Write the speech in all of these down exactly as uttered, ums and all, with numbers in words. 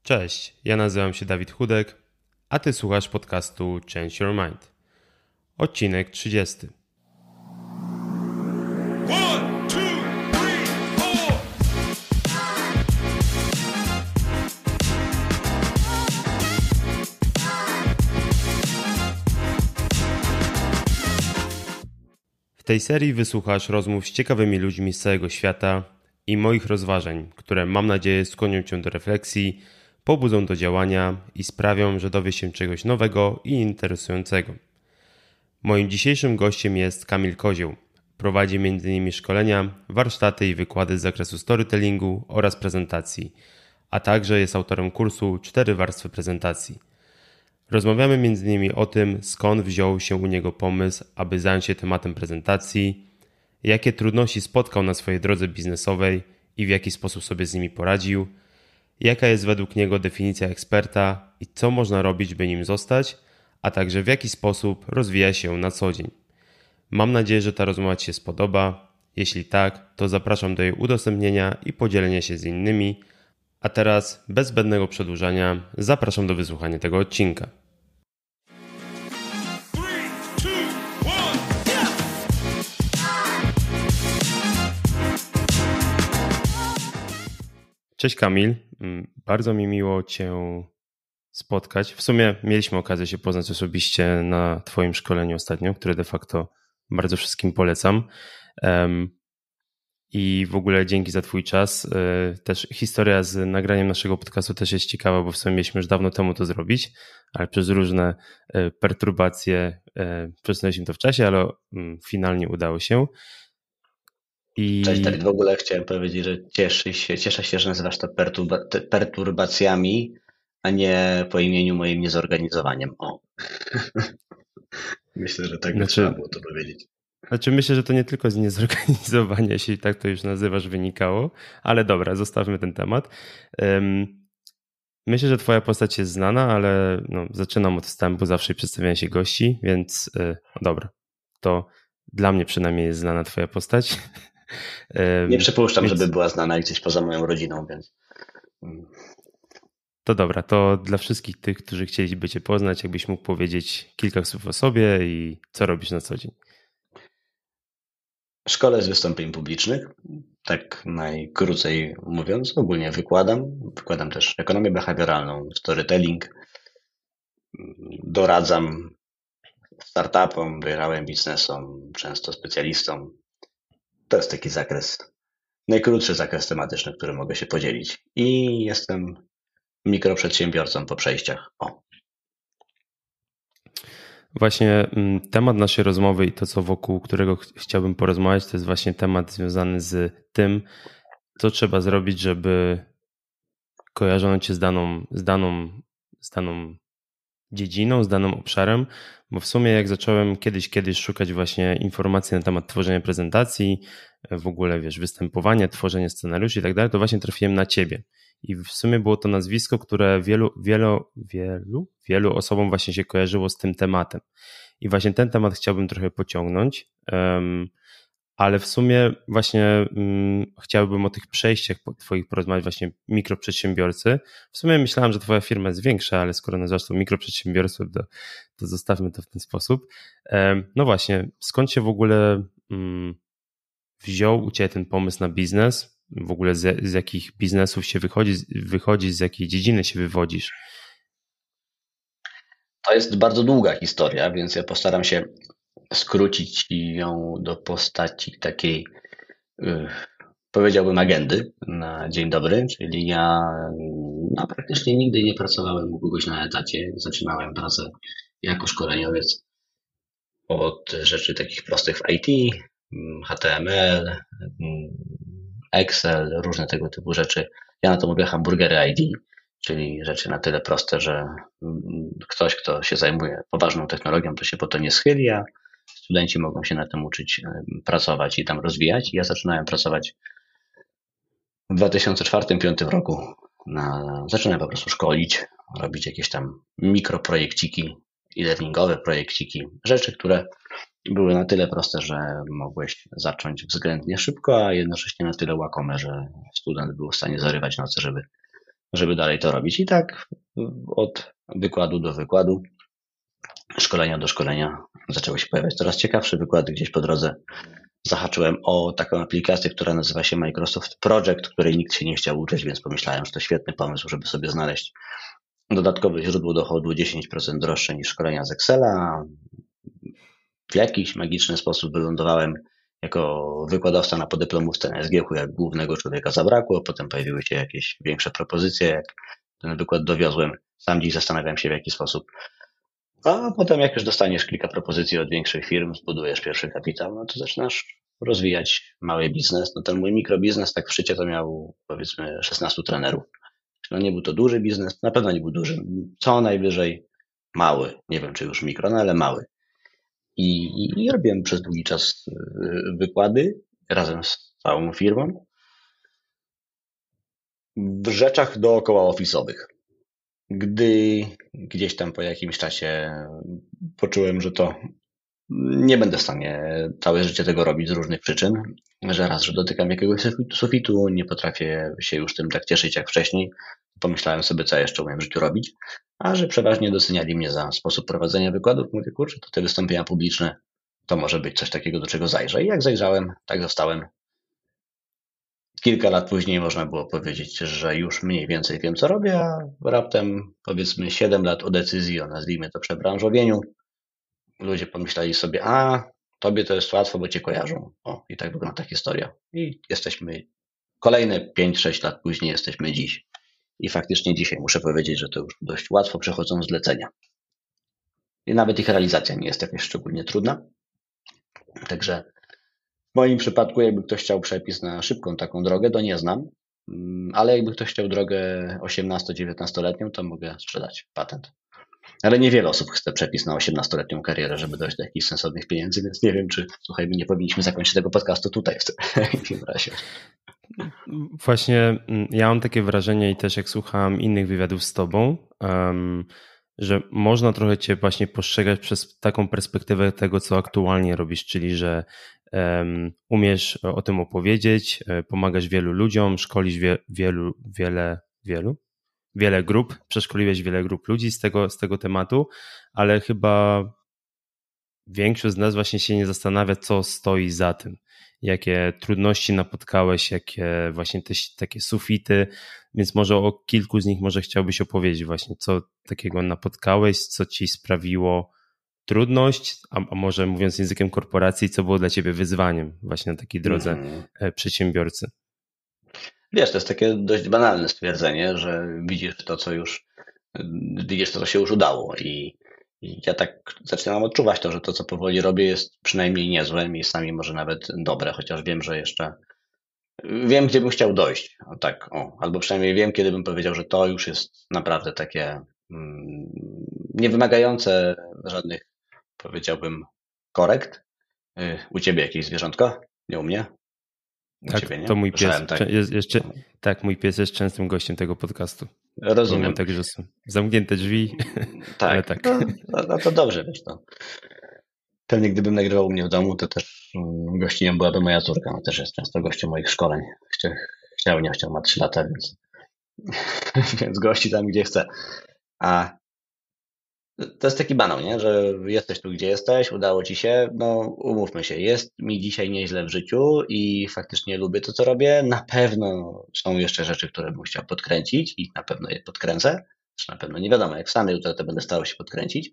Cześć, ja nazywam się Dawid Chudek, a ty słuchasz podcastu Change Your Mind. Odcinek trzydziesty. One, two, three, four. W tej serii wysłuchasz rozmów z ciekawymi ludźmi z całego świata i moich rozważań, które mam nadzieję skłonią cię do refleksji, pobudzą do działania i sprawią, że dowiesz się czegoś nowego i interesującego. Moim dzisiejszym gościem jest Kamil Kozieł. Prowadzi między innymi szkolenia, warsztaty i wykłady z zakresu storytellingu oraz prezentacji, a także jest autorem kursu Cztery warstwy prezentacji. Rozmawiamy między innymi o tym, skąd wziął się u niego pomysł, aby zająć się tematem prezentacji, jakie trudności spotkał na swojej drodze biznesowej i w jaki sposób sobie z nimi poradził, jaka jest według niego definicja eksperta i co można robić, by nim zostać, a także w jaki sposób rozwija się na co dzień. Mam nadzieję, że ta rozmowa Ci się spodoba. Jeśli tak, to zapraszam do jej udostępnienia i podzielenia się z innymi. A teraz, bez zbędnego przedłużania, zapraszam do wysłuchania tego odcinka. Cześć Kamil, bardzo mi miło Cię spotkać. W sumie mieliśmy okazję się poznać osobiście na Twoim szkoleniu ostatnio, które de facto bardzo wszystkim polecam. I w ogóle dzięki za Twój czas. Też historia z nagraniem naszego podcastu też jest ciekawa, bo w sumie mieliśmy już dawno temu to zrobić, ale przez różne perturbacje przesunęliśmy to w czasie, ale finalnie udało się. I... Cześć, tak w ogóle chciałem powiedzieć, że cieszę się, cieszę się, że nazywasz to perturba- perturbacjami, a nie po imieniu moim niezorganizowaniem. O. Myślę, że tak by znaczy, trzeba było to powiedzieć. Znaczy myślę, że to nie tylko z niezorganizowania, jeśli tak to już nazywasz, wynikało, ale dobra, zostawmy ten temat. Um, myślę, że Twoja postać jest znana, ale no, zaczynam od wstępu zawsze przedstawiania się gości, więc yy, dobra, to dla mnie przynajmniej jest znana Twoja postać. Nie przypuszczam, więc... żeby była znana gdzieś poza moją rodziną, więc... To dobra, to dla wszystkich tych, którzy chcieliby Cię poznać, jakbyś mógł powiedzieć kilka słów o sobie i co robisz na co dzień. Szkole z wystąpień publicznych, tak najkrócej mówiąc, ogólnie wykładam. Wykładam też ekonomię behawioralną, storytelling, doradzam startupom, dojrzałym biznesom, często specjalistom. To jest taki zakres, najkrótszy zakres tematyczny, który mogę się podzielić. I jestem mikroprzedsiębiorcą po przejściach. O. Właśnie temat naszej rozmowy i to, co wokół którego ch- chciałbym porozmawiać, to jest właśnie temat związany z tym, co trzeba zrobić, żeby kojarzono Cię z daną, z daną, z daną dziedziną, z danym obszarem, bo w sumie jak zacząłem kiedyś, kiedyś szukać właśnie informacji na temat tworzenia prezentacji, w ogóle wiesz, występowania, tworzenia scenariuszy i tak dalej, to właśnie trafiłem na Ciebie. I w sumie było to nazwisko, które wielu, wielu, wielu, wielu osobom właśnie się kojarzyło z tym tematem. I właśnie ten temat chciałbym trochę pociągnąć, um, ale w sumie właśnie um, chciałbym o tych przejściach Twoich porozmawiać, właśnie mikroprzedsiębiorcy. W sumie myślałem, że Twoja firma jest większa, ale skoro nazywasz to mikroprzedsiębiorstwem, to, to zostawmy to w ten sposób. Um, no właśnie, skąd się w ogóle um, wziął u Ciebie ten pomysł na biznes? W ogóle z, z jakich biznesów się wychodzi, wychodzi, z jakiej dziedziny się wywodzisz? To jest bardzo długa historia, więc ja postaram się skrócić ją do postaci takiej, yy, powiedziałbym, agendy na dzień dobry, czyli ja no, praktycznie nigdy nie pracowałem u kogoś na etacie. Zaczynałem pracę jako szkoleniowiec od rzeczy takich prostych w I T, H T M L, Excel, różne tego typu rzeczy. Ja na to mówię hamburgery I D, czyli rzeczy na tyle proste, że ktoś, kto się zajmuje poważną technologią, to się po to nie schyli, a studenci mogą się na tym uczyć pracować i tam rozwijać. Ja zaczynałem pracować w dwa tysiące czwartym do dwa tysiące piątym roku. Na, zaczynałem po prostu szkolić, robić jakieś tam mikroprojekciki, e-learningowe projekciki, rzeczy, które były na tyle proste, że mogłeś zacząć względnie szybko, a jednocześnie na tyle łakome, że student był w stanie zarywać noce, żeby żeby dalej to robić. I tak od wykładu do wykładu, szkolenia do szkolenia zaczęły się pojawiać coraz ciekawsze wykłady. Gdzieś po drodze zahaczyłem o taką aplikację, która nazywa się Microsoft Project, której nikt się nie chciał uczyć, więc pomyślałem, że to świetny pomysł, żeby sobie znaleźć dodatkowe źródło dochodu dziesięć procent droższe niż szkolenia z Excela. W jakiś magiczny sposób wylądowałem jako wykładowca na podyplomówce na S G H-u, jak głównego człowieka zabrakło. Potem pojawiły się jakieś większe propozycje, jak ten wykład dowiozłem. Sam dziś zastanawiam się, w jaki sposób. A potem jak już dostaniesz kilka propozycji od większych firm, zbudujesz pierwszy kapitał, no to zaczynasz rozwijać mały biznes. No ten mój mikrobiznes tak w szczycie to miał powiedzmy szesnastu trenerów. No nie był to duży biznes, na pewno nie był duży. Co najwyżej mały. Nie wiem, czy już mikro, no ale mały. I, i, i robiłem przez długi czas wykłady razem z całą firmą w rzeczach dookoła ofisowych. Gdy gdzieś tam po jakimś czasie poczułem, że to nie będę w stanie całe życie tego robić z różnych przyczyn, że raz, że dotykam jakiegoś sufitu, nie potrafię się już tym tak cieszyć jak wcześniej, pomyślałem sobie, co jeszcze umiem w życiu robić, a że przeważnie doceniali mnie za sposób prowadzenia wykładów, mówię, kurczę, to te wystąpienia publiczne to może być coś takiego, do czego zajrzę. I jak zajrzałem, tak zostałem. Kilka lat później można było powiedzieć, że już mniej więcej wiem, co robię, a raptem powiedzmy siedem lat o decyzji o, nazwijmy to, przebranżowieniu. Ludzie pomyśleli sobie, a tobie to jest łatwo, bo cię kojarzą. O, i tak wygląda ta historia. I jesteśmy kolejne pięć sześć lat później, jesteśmy dziś. I faktycznie dzisiaj muszę powiedzieć, że to już dość łatwo przechodzą zlecenia. I nawet ich realizacja nie jest jakaś szczególnie trudna. Także w moim przypadku, jakby ktoś chciał przepis na szybką taką drogę, to nie znam, ale jakby ktoś chciał drogę osiemnasto-dziewiętnastoletnią, to mogę sprzedać patent. Ale niewiele osób chce przepis na osiemnastoletnią karierę, żeby dojść do jakichś sensownych pieniędzy, więc nie wiem, czy słuchaj, my nie powinniśmy zakończyć tego podcastu tutaj w takim razie. Właśnie ja mam takie wrażenie i też jak słuchałem innych wywiadów z tobą, um, że można trochę cię właśnie postrzegać przez taką perspektywę tego, co aktualnie robisz, czyli że um, umiesz o tym opowiedzieć, pomagasz wielu ludziom, szkolisz wie, wielu, wiele, wielu, wiele grup, przeszkoliłeś wiele grup ludzi z tego, z tego tematu, ale chyba większość z nas właśnie się nie zastanawia, co stoi za tym. Jakie trudności napotkałeś, jakie właśnie te takie sufity, więc może o kilku z nich może chciałbyś opowiedzieć właśnie, co takiego napotkałeś, co ci sprawiło trudność, a, a może mówiąc językiem korporacji, co było dla ciebie wyzwaniem właśnie na takiej drodze mm-hmm. przedsiębiorcy. Wiesz, to jest takie dość banalne stwierdzenie, że widzisz to, co już widzisz to, co się już udało i I ja tak zaczynam odczuwać to, że to, co powoli robię, jest przynajmniej niezłe, miejscami może nawet dobre, chociaż wiem, że jeszcze wiem, gdzie bym chciał dojść. O, tak, o. Albo przynajmniej wiem, kiedy bym powiedział, że to już jest naprawdę takie mm, niewymagające żadnych, powiedziałbym, korekt. U ciebie jakieś zwierzątko? Nie u mnie? U tak, ciebie, nie? to mój pies. Słyszałem, tak. Jest jeszcze, tak, mój pies jest częstym gościem tego podcastu. Rozumiem. Tak, że są zamknięte drzwi. Tak, ale tak. No, no to dobrze, wiesz to. Pewnie gdybym nagrywał u mnie w domu, to też gościnią byłaby moja córka. Ona też jest często gościem moich szkoleń. Chciał, chciał nie chciał, ma trzy lata, więc, więc gości tam, gdzie chce. A to jest taki banał, nie? Że jesteś tu, gdzie jesteś, udało ci się, no umówmy się, jest mi dzisiaj nieźle w życiu i faktycznie lubię to, co robię. Na pewno są jeszcze rzeczy, które bym chciał podkręcić i na pewno je podkręcę. Zresztą na pewno nie wiadomo, jak wstanę jutro, to będę starał się podkręcić.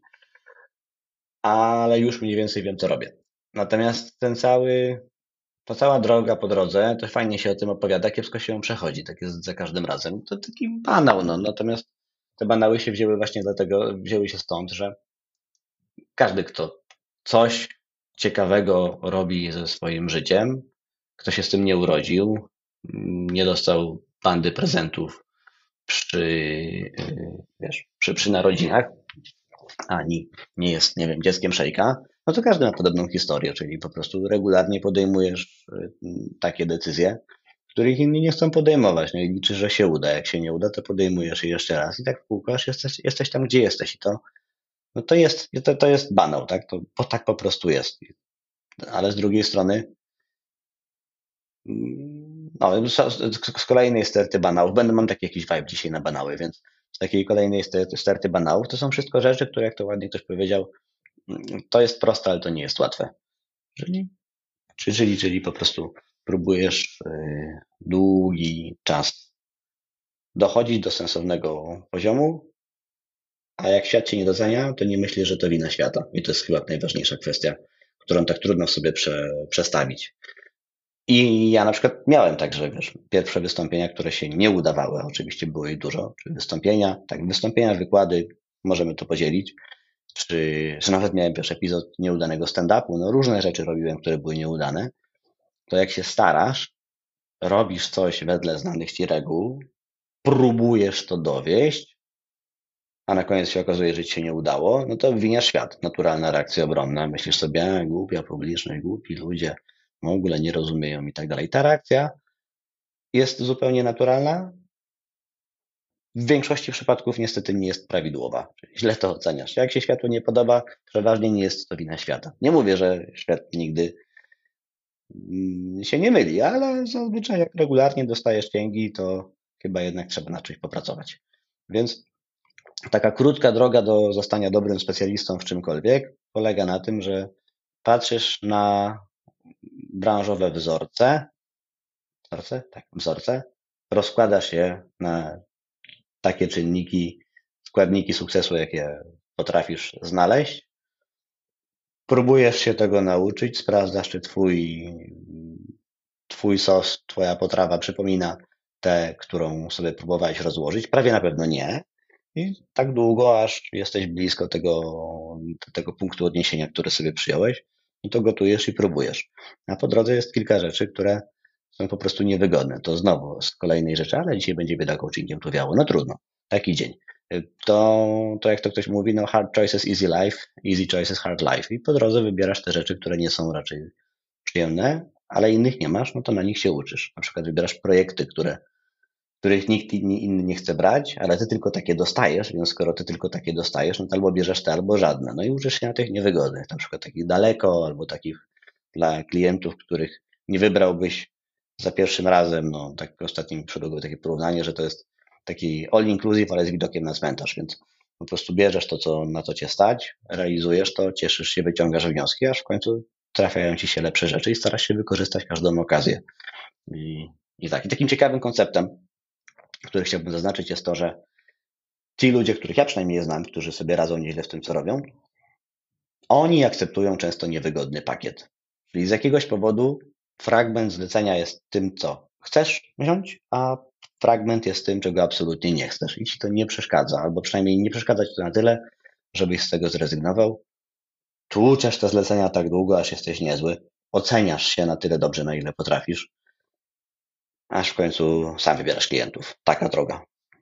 Ale już mniej więcej wiem, co robię. Natomiast ten cały, ta cała droga po drodze, to fajnie się o tym opowiada, kiepsko się ją przechodzi, tak jest za każdym razem. To taki banał, no. Natomiast te banały się wzięły właśnie dlatego, wzięły się stąd, że każdy, kto coś ciekawego robi ze swoim życiem, kto się z tym nie urodził, nie dostał bandy prezentów przy, wiesz, przy, przy narodzinach, ani nie jest, nie wiem, dzieckiem szejka, no to każdy ma podobną historię, czyli po prostu regularnie podejmujesz takie decyzje, których inni nie chcą podejmować. No i liczysz, że się uda. Jak się nie uda, to podejmujesz je jeszcze raz i tak w kółko, aż jesteś, jesteś tam, gdzie jesteś. I to, no to jest, to, to jest banał, tak? To, to tak po prostu jest. Ale z drugiej strony no, z kolejnej sterty banałów, będę mam taki jakiś vibe dzisiaj na banały, więc z takiej kolejnej sterty, sterty banałów to są wszystko rzeczy, które, jak to ładnie ktoś powiedział, to jest proste, ale to nie jest łatwe. Czyli, czyli, czyli po prostu próbujesz yy, długi czas dochodzić do sensownego poziomu, a jak świat cię nie docenia, to nie myślisz, że to wina świata. I to jest chyba najważniejsza kwestia, którą tak trudno sobie prze, przestawić. I ja na przykład miałem tak, że wiesz, pierwsze wystąpienia, które się nie udawały, oczywiście było ich dużo, czy wystąpienia, tak, wystąpienia, wykłady, możemy to podzielić, czy, czy nawet miałem pierwszy epizod nieudanego stand-upu, no różne rzeczy robiłem, które były nieudane, to jak się starasz, robisz coś wedle znanych ci reguł, próbujesz to dowieść, a na koniec się okazuje, że ci się nie udało, no to winiasz świat. Naturalna reakcja obronna. Myślisz sobie, głupia publiczność, głupi ludzie, w ogóle nie rozumieją i tak dalej. Ta reakcja jest zupełnie naturalna. W większości przypadków niestety nie jest prawidłowa. Źle to oceniasz. Jak się światu nie podoba, przeważnie nie jest to wina świata. Nie mówię, że świat nigdy się nie myli, ale zazwyczaj jak regularnie dostajesz cięgi, to chyba jednak trzeba na czymś popracować. Więc taka krótka droga do zostania dobrym specjalistą w czymkolwiek polega na tym, że patrzysz na branżowe wzorce, wzorce? Tak, wzorce, rozkładasz je na takie czynniki, składniki sukcesu, jakie potrafisz znaleźć. Próbujesz się tego nauczyć, sprawdzasz, czy twój, twój sos, twoja potrawa przypomina tę, którą sobie próbowałeś rozłożyć. Prawie na pewno nie. I tak długo, aż jesteś blisko tego, tego punktu odniesienia, który sobie przyjąłeś, no to gotujesz i próbujesz. A po drodze jest kilka rzeczy, które są po prostu niewygodne. To znowu z kolejnej rzeczy, ale dzisiaj będzie bieda coachingiem tu wiało. No trudno, taki dzień. To, to jak to ktoś mówi, no hard choices, easy life, easy choices, hard life. I po drodze wybierasz te rzeczy, które nie są raczej przyjemne, ale innych nie masz, no to na nich się uczysz. Na przykład wybierasz projekty, które których nikt inny nie chce brać, ale ty tylko takie dostajesz, więc skoro ty tylko takie dostajesz, no to albo bierzesz te, albo żadne. No i uczysz się na tych niewygodnych, na przykład takich daleko, albo takich dla klientów, których nie wybrałbyś za pierwszym razem. No tak ostatnim przyszło takie porównanie, że to jest taki all inclusive, ale z widokiem na cmentarz, więc po prostu bierzesz to, co, na co cię stać, realizujesz to, cieszysz się, wyciągasz wnioski, aż w końcu trafiają ci się lepsze rzeczy i starasz się wykorzystać każdą okazję. I, i tak. I takim ciekawym konceptem, który chciałbym zaznaczyć, jest to, że ci ludzie, których ja przynajmniej znam, którzy sobie radzą nieźle w tym, co robią, oni akceptują często niewygodny pakiet. Czyli z jakiegoś powodu fragment zlecenia jest tym, co chcesz wziąć, a fragment jest tym, czego absolutnie nie chcesz. I ci to nie przeszkadza, albo przynajmniej nie przeszkadza ci to na tyle, żebyś z tego zrezygnował. Tłuczesz te zlecenia tak długo, aż jesteś niezły. Oceniasz się na tyle dobrze, na ile potrafisz, aż w końcu sam wybierasz klientów. Taka droga.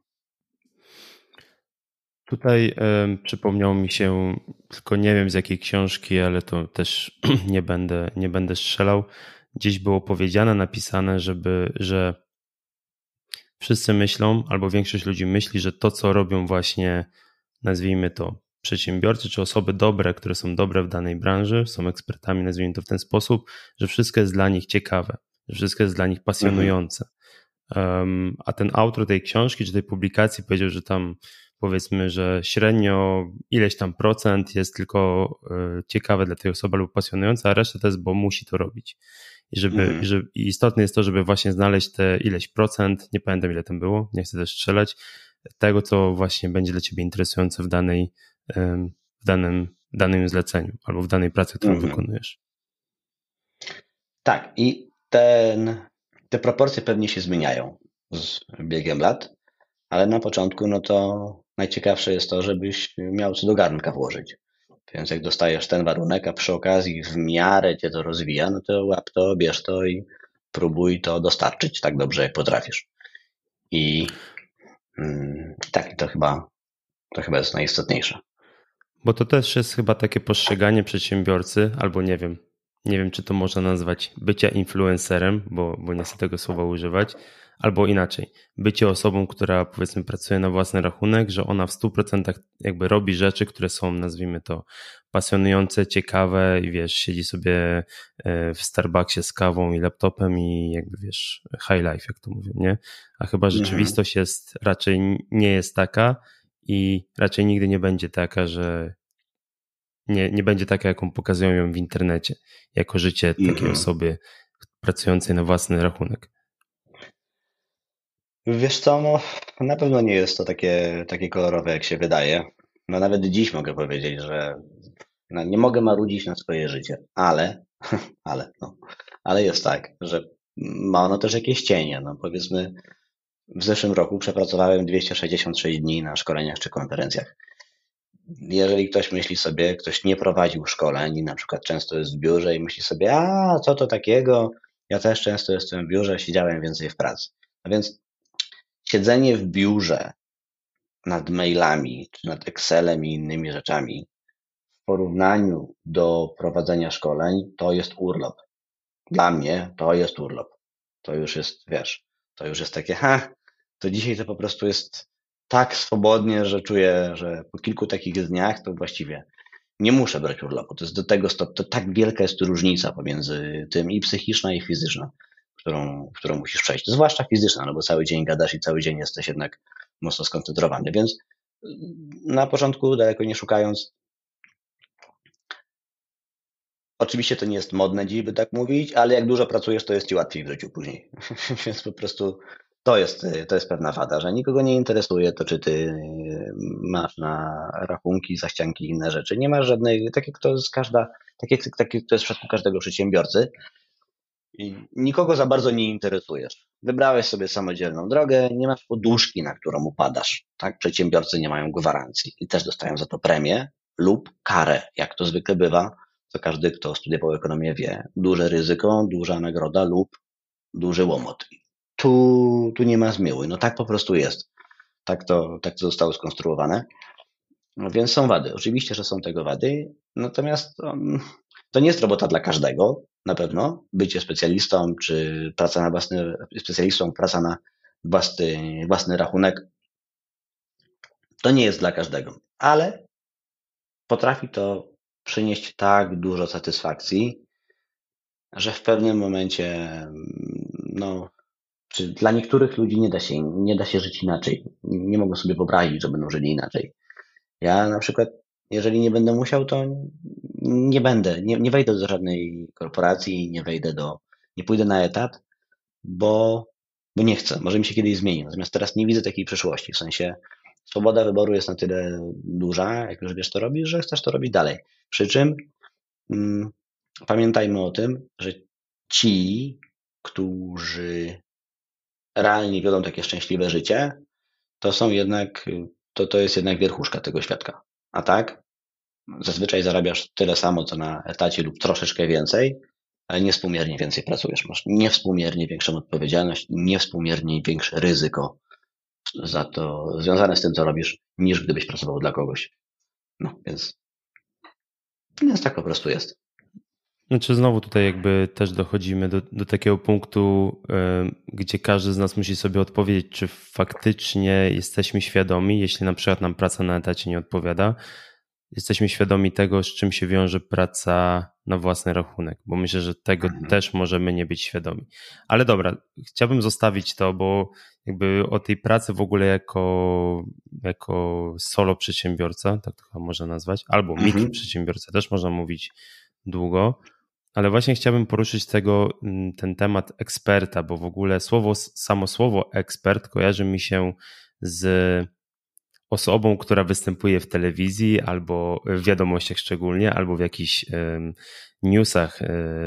Tutaj y, przypomniał mi się, tylko nie wiem z jakiej książki, ale to też nie będę, nie będę strzelał. Gdzieś było powiedziane, napisane, żeby, że wszyscy myślą, albo większość ludzi myśli, że to, co robią właśnie, nazwijmy to przedsiębiorcy, czy osoby dobre, które są dobre w danej branży, są ekspertami, nazwijmy to w ten sposób, że wszystko jest dla nich ciekawe, że wszystko jest dla nich pasjonujące. Mhm. Um, a ten autor tej książki, czy tej publikacji powiedział, że tam powiedzmy, że średnio ileś tam procent jest tylko y, ciekawe dla tej osoby lub pasjonujące, a reszta to jest, bo musi to robić. I żeby, mhm. i żeby i istotne jest to, żeby właśnie znaleźć te ileś procent, nie pamiętam ile tam było, nie chcę też strzelać, tego, co właśnie będzie dla ciebie interesujące w danej, w danym, danym zleceniu albo w danej pracy, którą mhm. wykonujesz. Tak, i ten, te proporcje pewnie się zmieniają z biegiem lat, ale na początku no to najciekawsze jest to, żebyś miał co do garnka włożyć. Więc jak dostajesz ten warunek, a przy okazji w miarę cię to rozwija, no to łap to, bierz to i próbuj to dostarczyć tak dobrze, jak potrafisz. I mm, tak, to chyba, to chyba jest najistotniejsze. Bo to też jest chyba takie postrzeganie przedsiębiorcy, albo nie wiem, nie wiem, czy to można nazwać bycia influencerem, bo, bo nie chcę tego słowa używać, albo inaczej, bycie osobą, która powiedzmy pracuje na własny rachunek, że ona w stu procentach jakby robi rzeczy, które są, nazwijmy to, pasjonujące, ciekawe i wiesz, siedzi sobie w Starbucksie z kawą i laptopem i jakby wiesz, high life, jak to mówią, nie? A chyba rzeczywistość mhm. jest raczej nie jest taka i raczej nigdy nie będzie taka, że nie, nie będzie taka, jaką pokazują ją w internecie, jako życie takiej mhm. osoby pracującej na własny rachunek. Wiesz co, no na pewno nie jest to takie, takie kolorowe, jak się wydaje. No nawet dziś mogę powiedzieć, że no, nie mogę marudzić na swoje życie, ale, ale, no, ale jest tak, że ma ono też jakieś cienie. No powiedzmy, w zeszłym roku przepracowałem dwieście sześćdziesiąt sześć dni na szkoleniach czy konferencjach. Jeżeli ktoś myśli sobie, ktoś nie prowadził szkoleń i na przykład często jest w biurze i myśli sobie, a co to takiego, ja też często jestem w biurze, siedziałem więcej w pracy. A więc siedzenie w biurze nad mailami, czy nad Excelem i innymi rzeczami w porównaniu do prowadzenia szkoleń to jest urlop. Dla mnie to jest urlop. To już jest, wiesz, to już jest takie, ha, to dzisiaj to po prostu jest tak swobodnie, że czuję, że po kilku takich dniach to właściwie nie muszę brać urlopu. To jest do tego stopnia, to tak wielka jest różnica pomiędzy tym i psychiczna i fizyczna, którą, którą musisz przejść. Zwłaszcza fizyczna, no bo cały dzień gadasz i cały dzień jesteś jednak mocno skoncentrowany, więc na początku, daleko nie szukając, oczywiście to nie jest modne dziś, by tak mówić, ale jak dużo pracujesz, to jest ci łatwiej w życiu później. Więc po prostu to jest, to jest pewna wada, że nikogo nie interesuje to, czy ty masz na rachunki, zaścianki i inne rzeczy. Nie masz żadnej, tak jak to jest każda, tak jak, tak jak to jest w przypadku każdego przedsiębiorcy. I nikogo za bardzo nie interesujesz. Wybrałeś sobie samodzielną drogę, nie masz poduszki, na którą upadasz. Tak? Przedsiębiorcy nie mają gwarancji i też dostają za to premię lub karę, jak to zwykle bywa, co każdy, kto studiował ekonomię wie. Duże ryzyko, duża nagroda lub duży łomot. Tu, tu nie ma zmiłuj. No tak po prostu jest. Tak to, tak to zostało skonstruowane. No więc są wady. Oczywiście, że są tego wady, natomiast um, to nie jest robota dla każdego, na pewno. Bycie specjalistą, czy praca na własny, specjalistą, praca na własny, własny rachunek, to nie jest dla każdego. Ale potrafi to przynieść tak dużo satysfakcji, że w pewnym momencie, no, czy dla niektórych ludzi nie da się, nie da się żyć inaczej. Nie mogą sobie wyobrazić, że będą żyli inaczej. Ja na przykład, jeżeli nie będę musiał, to nie będę, nie, nie wejdę do żadnej korporacji, nie wejdę do, nie pójdę na etat, bo, bo nie chcę, może mi się kiedyś zmieni. Natomiast teraz nie widzę takiej przyszłości, w sensie swoboda wyboru jest na tyle duża, jak już wiesz, to robisz, że chcesz to robić dalej. Przy czym mm, pamiętajmy o tym, że ci, którzy realnie wiodą takie szczęśliwe życie, to są jednak, to, to jest jednak wierchuszka tego świadka. A tak, zazwyczaj zarabiasz tyle samo, co na etacie lub troszeczkę więcej, ale niewspółmiernie więcej pracujesz. Masz niewspółmiernie większą odpowiedzialność, niewspółmiernie większe ryzyko za to związane z tym, co robisz, niż gdybyś pracował dla kogoś. No, więc, więc tak po prostu jest. Znaczy znowu tutaj jakby też dochodzimy do, do takiego punktu, yy, gdzie każdy z nas musi sobie odpowiedzieć, czy faktycznie jesteśmy świadomi, jeśli na przykład nam praca na etacie nie odpowiada, jesteśmy świadomi tego, z czym się wiąże praca na własny rachunek, bo myślę, że tego mhm. też możemy nie być świadomi. Ale dobra, chciałbym zostawić to, bo jakby o tej pracy w ogóle jako, jako solo przedsiębiorca, tak to chyba można nazwać, albo mhm. mikroprzedsiębiorca też można mówić długo, ale właśnie chciałbym poruszyć tego, ten temat eksperta, bo w ogóle słowo, samo słowo ekspert kojarzy mi się z osobą, która występuje w telewizji albo w wiadomościach szczególnie, albo w jakichś newsach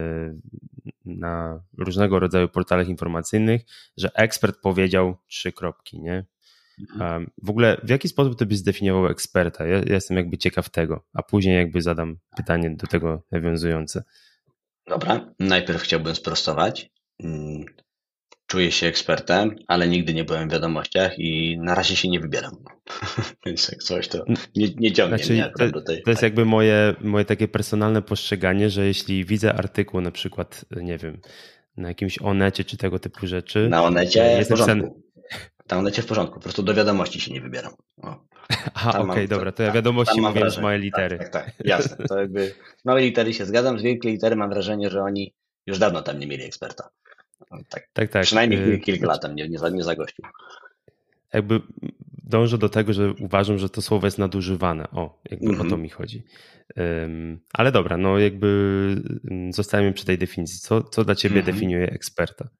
na różnego rodzaju portalach informacyjnych, że ekspert powiedział trzy kropki, nie? W ogóle w jaki sposób ty byś zdefiniował eksperta? Ja, ja jestem jakby ciekaw tego, a później jakby zadam pytanie do tego nawiązujące. Dobra, najpierw chciałbym sprostować. Czuję się ekspertem, ale nigdy nie byłem w wiadomościach i na razie się nie wybieram. Więc jak coś, to nie, nie ciągnie znaczy, mnie akurat to, do tej... To jest jakby moje, moje takie personalne postrzeganie, że jeśli widzę artykuł na przykład, nie wiem, na jakimś Onecie czy tego typu rzeczy. Na Onecie w porządku. Napisane... Na Onecie w porządku, po prostu do wiadomości się nie wybieram. O. Aha, okej, okay, dobra, to ja tam, wiadomości tam mówiłem z małe litery. Tak, tak, tak, jasne. To jakby małe litery się zgadzam, z wielkie litery mam wrażenie, że oni już dawno tam nie mieli eksperta. Tak, tak, tak. Przynajmniej kilka, kilka lat tam nie, nie, nie zagościł. Jakby dążę do tego, że uważam, że to słowo jest nadużywane. O, jakby mm-hmm. o to mi chodzi. Um, ale dobra, no jakby zostajemy przy tej definicji. Co, co dla ciebie mm-hmm. definiuje eksperta?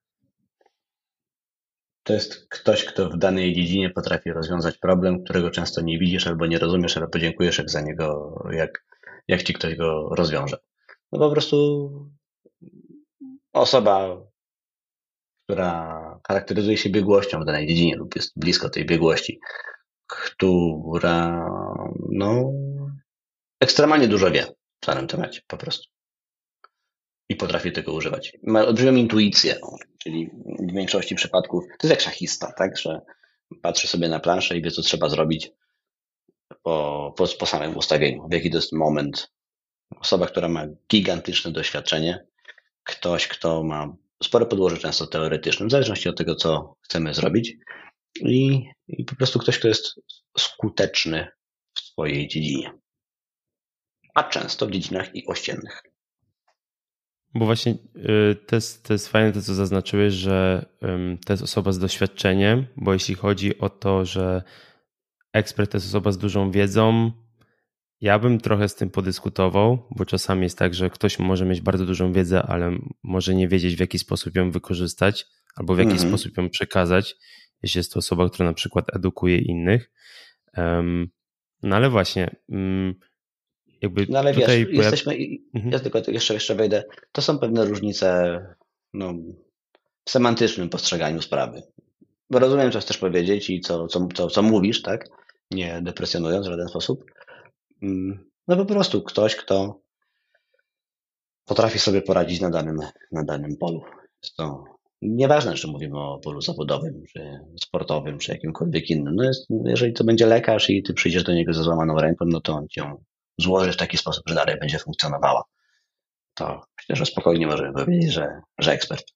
To jest ktoś, kto w danej dziedzinie potrafi rozwiązać problem, którego często nie widzisz albo nie rozumiesz, ale podziękujesz jak za niego, jak, jak ci ktoś go rozwiąże. No po prostu osoba, która charakteryzuje się biegłością w danej dziedzinie lub jest blisko tej biegłości, która no, ekstremalnie dużo wie w danym temacie po prostu. I potrafi tego używać. Ma olbrzymią intuicję, czyli w większości przypadków to jest jak szachista, tak, że patrzy sobie na planszę i wie, co trzeba zrobić po, po, po samym ustawieniu, w jaki to jest moment. Osoba, która ma gigantyczne doświadczenie, ktoś, kto ma spore podłoże często teoretyczne, w zależności od tego, co chcemy zrobić i, i po prostu ktoś, kto jest skuteczny w swojej dziedzinie, a często w dziedzinach i ościennych. Bo właśnie to jest, to jest fajne to, co zaznaczyłeś, że to jest osoba z doświadczeniem, bo jeśli chodzi o to, że ekspert to jest osoba z dużą wiedzą, ja bym trochę z tym podyskutował, bo czasami jest tak, że ktoś może mieć bardzo dużą wiedzę, ale może nie wiedzieć, w jaki sposób ją wykorzystać albo w jaki mm-hmm. sposób ją przekazać, jeśli jest to osoba, która na przykład edukuje innych. No ale właśnie... Jakby no ale tutaj wiesz, pojaw... jesteśmy, mhm. ja tylko jeszcze, jeszcze wejdę, to są pewne różnice no, w semantycznym postrzeganiu sprawy. Bo rozumiem, co chcesz powiedzieć i co, co, co, co mówisz, tak? Nie depresjonując w żaden sposób. No po prostu ktoś, kto potrafi sobie poradzić na danym, na danym polu. Jest to nieważne, czy mówimy o polu zawodowym, czy sportowym, czy jakimkolwiek innym. No jest, jeżeli to będzie lekarz i ty przyjdziesz do niego ze złamaną ręką, no to on cię złoży w taki sposób, że dalej będzie funkcjonowała. To myślę, że spokojnie możemy powiedzieć, że, że ekspert.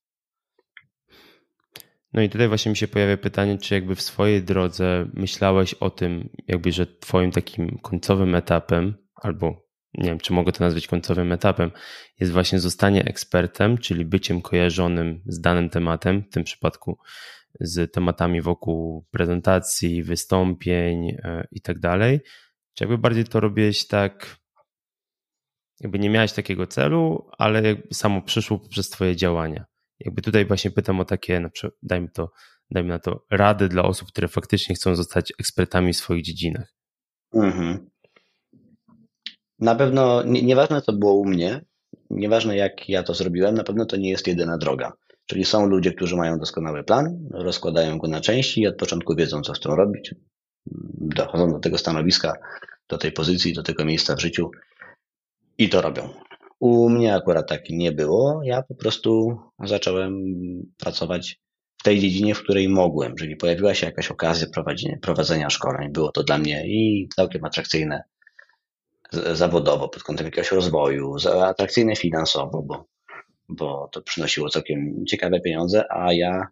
No i tutaj właśnie mi się pojawia pytanie, czy jakby w swojej drodze myślałeś o tym, jakby, że twoim takim końcowym etapem, albo nie wiem, czy mogę to nazwać końcowym etapem, jest właśnie zostanie ekspertem, czyli byciem kojarzonym z danym tematem, w tym przypadku z tematami wokół prezentacji, wystąpień i tak dalej. Czy jakby bardziej to robiłeś tak, jakby nie miałeś takiego celu, ale jakby samo przyszło poprzez twoje działania. Jakby tutaj właśnie pytam o takie, na przykład, dajmy to, dajmy na to, rady dla osób, które faktycznie chcą zostać ekspertami w swoich dziedzinach. Mhm. Na pewno, nie, nieważne co było u mnie, nieważne jak ja to zrobiłem, na pewno to nie jest jedyna droga. Czyli są ludzie, którzy mają doskonały plan, rozkładają go na części i od początku wiedzą, co chcą robić, dochodzą do tego stanowiska, do tej pozycji, do tego miejsca w życiu i to robią. U mnie akurat tak nie było. Ja po prostu zacząłem pracować w tej dziedzinie, w której mogłem, czyli pojawiła się jakaś okazja prowadzenia, prowadzenia szkoleń. Było to dla mnie i całkiem atrakcyjne zawodowo, pod kątem jakiegoś rozwoju, atrakcyjne finansowo, bo, bo to przynosiło całkiem ciekawe pieniądze, a ja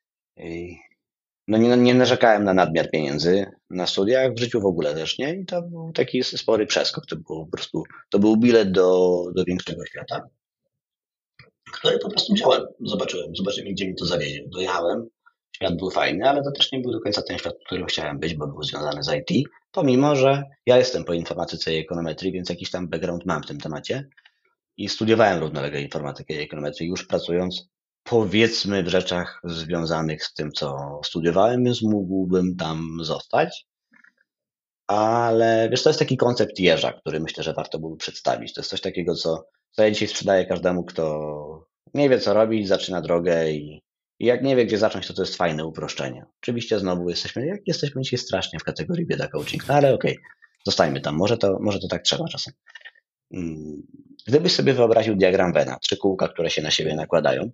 no nie, nie narzekałem na nadmiar pieniędzy na studiach, w życiu w ogóle też nie i to był taki spory przeskok, to było po prostu, to był bilet do, do większego świata, który po prostu wziąłem, zobaczyłem, zobaczyłem gdzie mi to zawiedzie, dojechałem, świat był fajny, ale to też nie był do końca ten świat, w którym chciałem być, bo był związany z I T, pomimo, że ja jestem po informatyce i ekonometrii, więc jakiś tam background mam w tym temacie i studiowałem równolegle informatykę i ekonometrię już pracując powiedzmy w rzeczach związanych z tym, co studiowałem, więc mógłbym tam zostać. Ale wiesz, to jest taki koncept jeża, który myślę, że warto byłoby przedstawić. To jest coś takiego, co, co ja dzisiaj sprzedaję każdemu, kto nie wie, co robić, zaczyna drogę i, i jak nie wie, gdzie zacząć, to to jest fajne uproszczenie. Oczywiście znowu jesteśmy, jak jesteśmy dzisiaj strasznie w kategorii bieda coaching, no ale okej, okay, zostajmy tam. Może to, może to tak trzeba czasem. Gdybyś sobie wyobraził diagram Venna, trzy kółka, które się na siebie nakładają,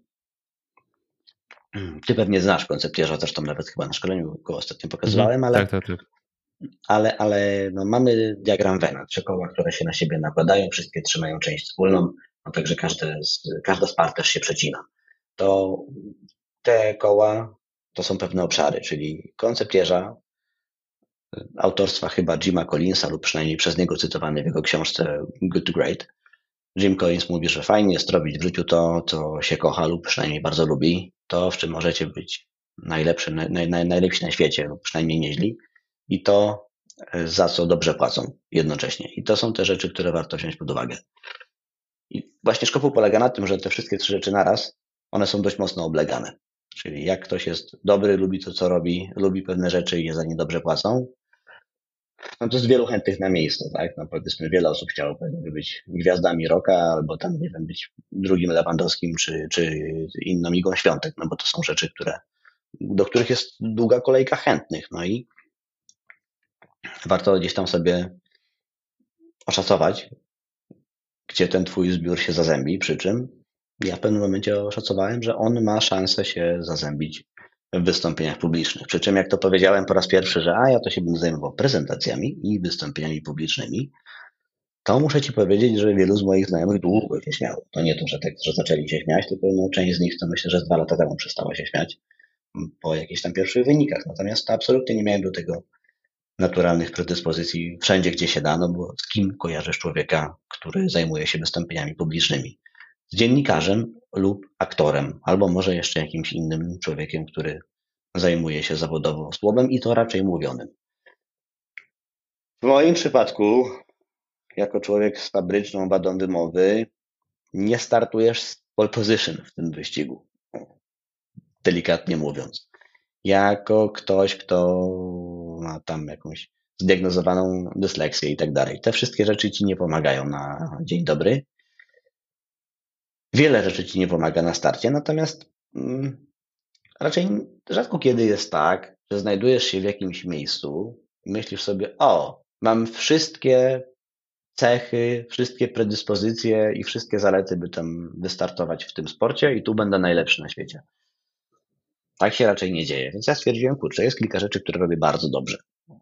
ty pewnie znasz koncept jeża, zresztą nawet chyba na szkoleniu go ostatnio pokazywałem, ale, tak, tak, tak. ale, ale no mamy diagram Venna, trzy koła, które się na siebie nakładają, wszystkie trzymają część wspólną, no także każde z, każda z par też się przecina. to te koła to są pewne obszary, czyli koncept jeża, autorstwa chyba Jima Collinsa lub przynajmniej przez niego cytowany w jego książce Good to Great. Jim Collins mówi, że fajnie jest robić w życiu to, co się kocha lub przynajmniej bardzo lubi, to, w czym możecie być najlepszy, naj, naj, najlepsi na świecie lub przynajmniej nieźli i to, za co dobrze płacą jednocześnie. I to są te rzeczy, które warto wziąć pod uwagę. I właśnie szkopuł polega na tym, że te wszystkie trzy rzeczy naraz, one są dość mocno oblegane. Czyli jak ktoś jest dobry, lubi to, co robi, lubi pewne rzeczy i je za nie dobrze płacą, no to jest wielu chętnych na miejsce, tak? No powiedzmy, wiele osób chciało pewnie być gwiazdami rocka, albo tam, nie wiem, być drugim Lewandowskim, czy, czy inną Igą Świątek, no bo to są rzeczy, które, do których jest długa kolejka chętnych, no i warto gdzieś tam sobie oszacować, gdzie ten twój zbiór się zazębi, przy czym ja w pewnym momencie oszacowałem, że on ma szansę się zazębić w wystąpieniach publicznych. Przy czym jak to powiedziałem po raz pierwszy, że a ja to się będę zajmował prezentacjami i wystąpieniami publicznymi, to muszę ci powiedzieć, że wielu z moich znajomych długo się śmiało. To nie to, że, tak, że zaczęli się śmiać, tylko no, część z nich to myślę, że z dwa lata temu przestała się śmiać po jakichś tam pierwszych wynikach. Natomiast to absolutnie nie miałem do tego naturalnych predyspozycji wszędzie, gdzie się da, no bo z kim kojarzysz człowieka, który zajmuje się wystąpieniami publicznymi? Z dziennikarzem lub aktorem, albo może jeszcze jakimś innym człowiekiem, który zajmuje się zawodowo słowem i to raczej mówionym. W moim przypadku, jako człowiek z fabryczną wadą wymowy, nie startujesz z pole position w tym wyścigu, delikatnie mówiąc. Jako ktoś, kto ma tam jakąś zdiagnozowaną dysleksję i tak dalej. Te wszystkie rzeczy ci nie pomagają na dzień dobry. Wiele rzeczy ci nie pomaga na starcie, natomiast mm, raczej rzadko kiedy jest tak, że znajdujesz się w jakimś miejscu i myślisz sobie, o, mam wszystkie cechy, wszystkie predyspozycje i wszystkie zalety, by tam wystartować w tym sporcie i tu będę najlepszy na świecie. Tak się raczej nie dzieje. Więc ja stwierdziłem, kurczę, jest kilka rzeczy, które robię bardzo dobrze.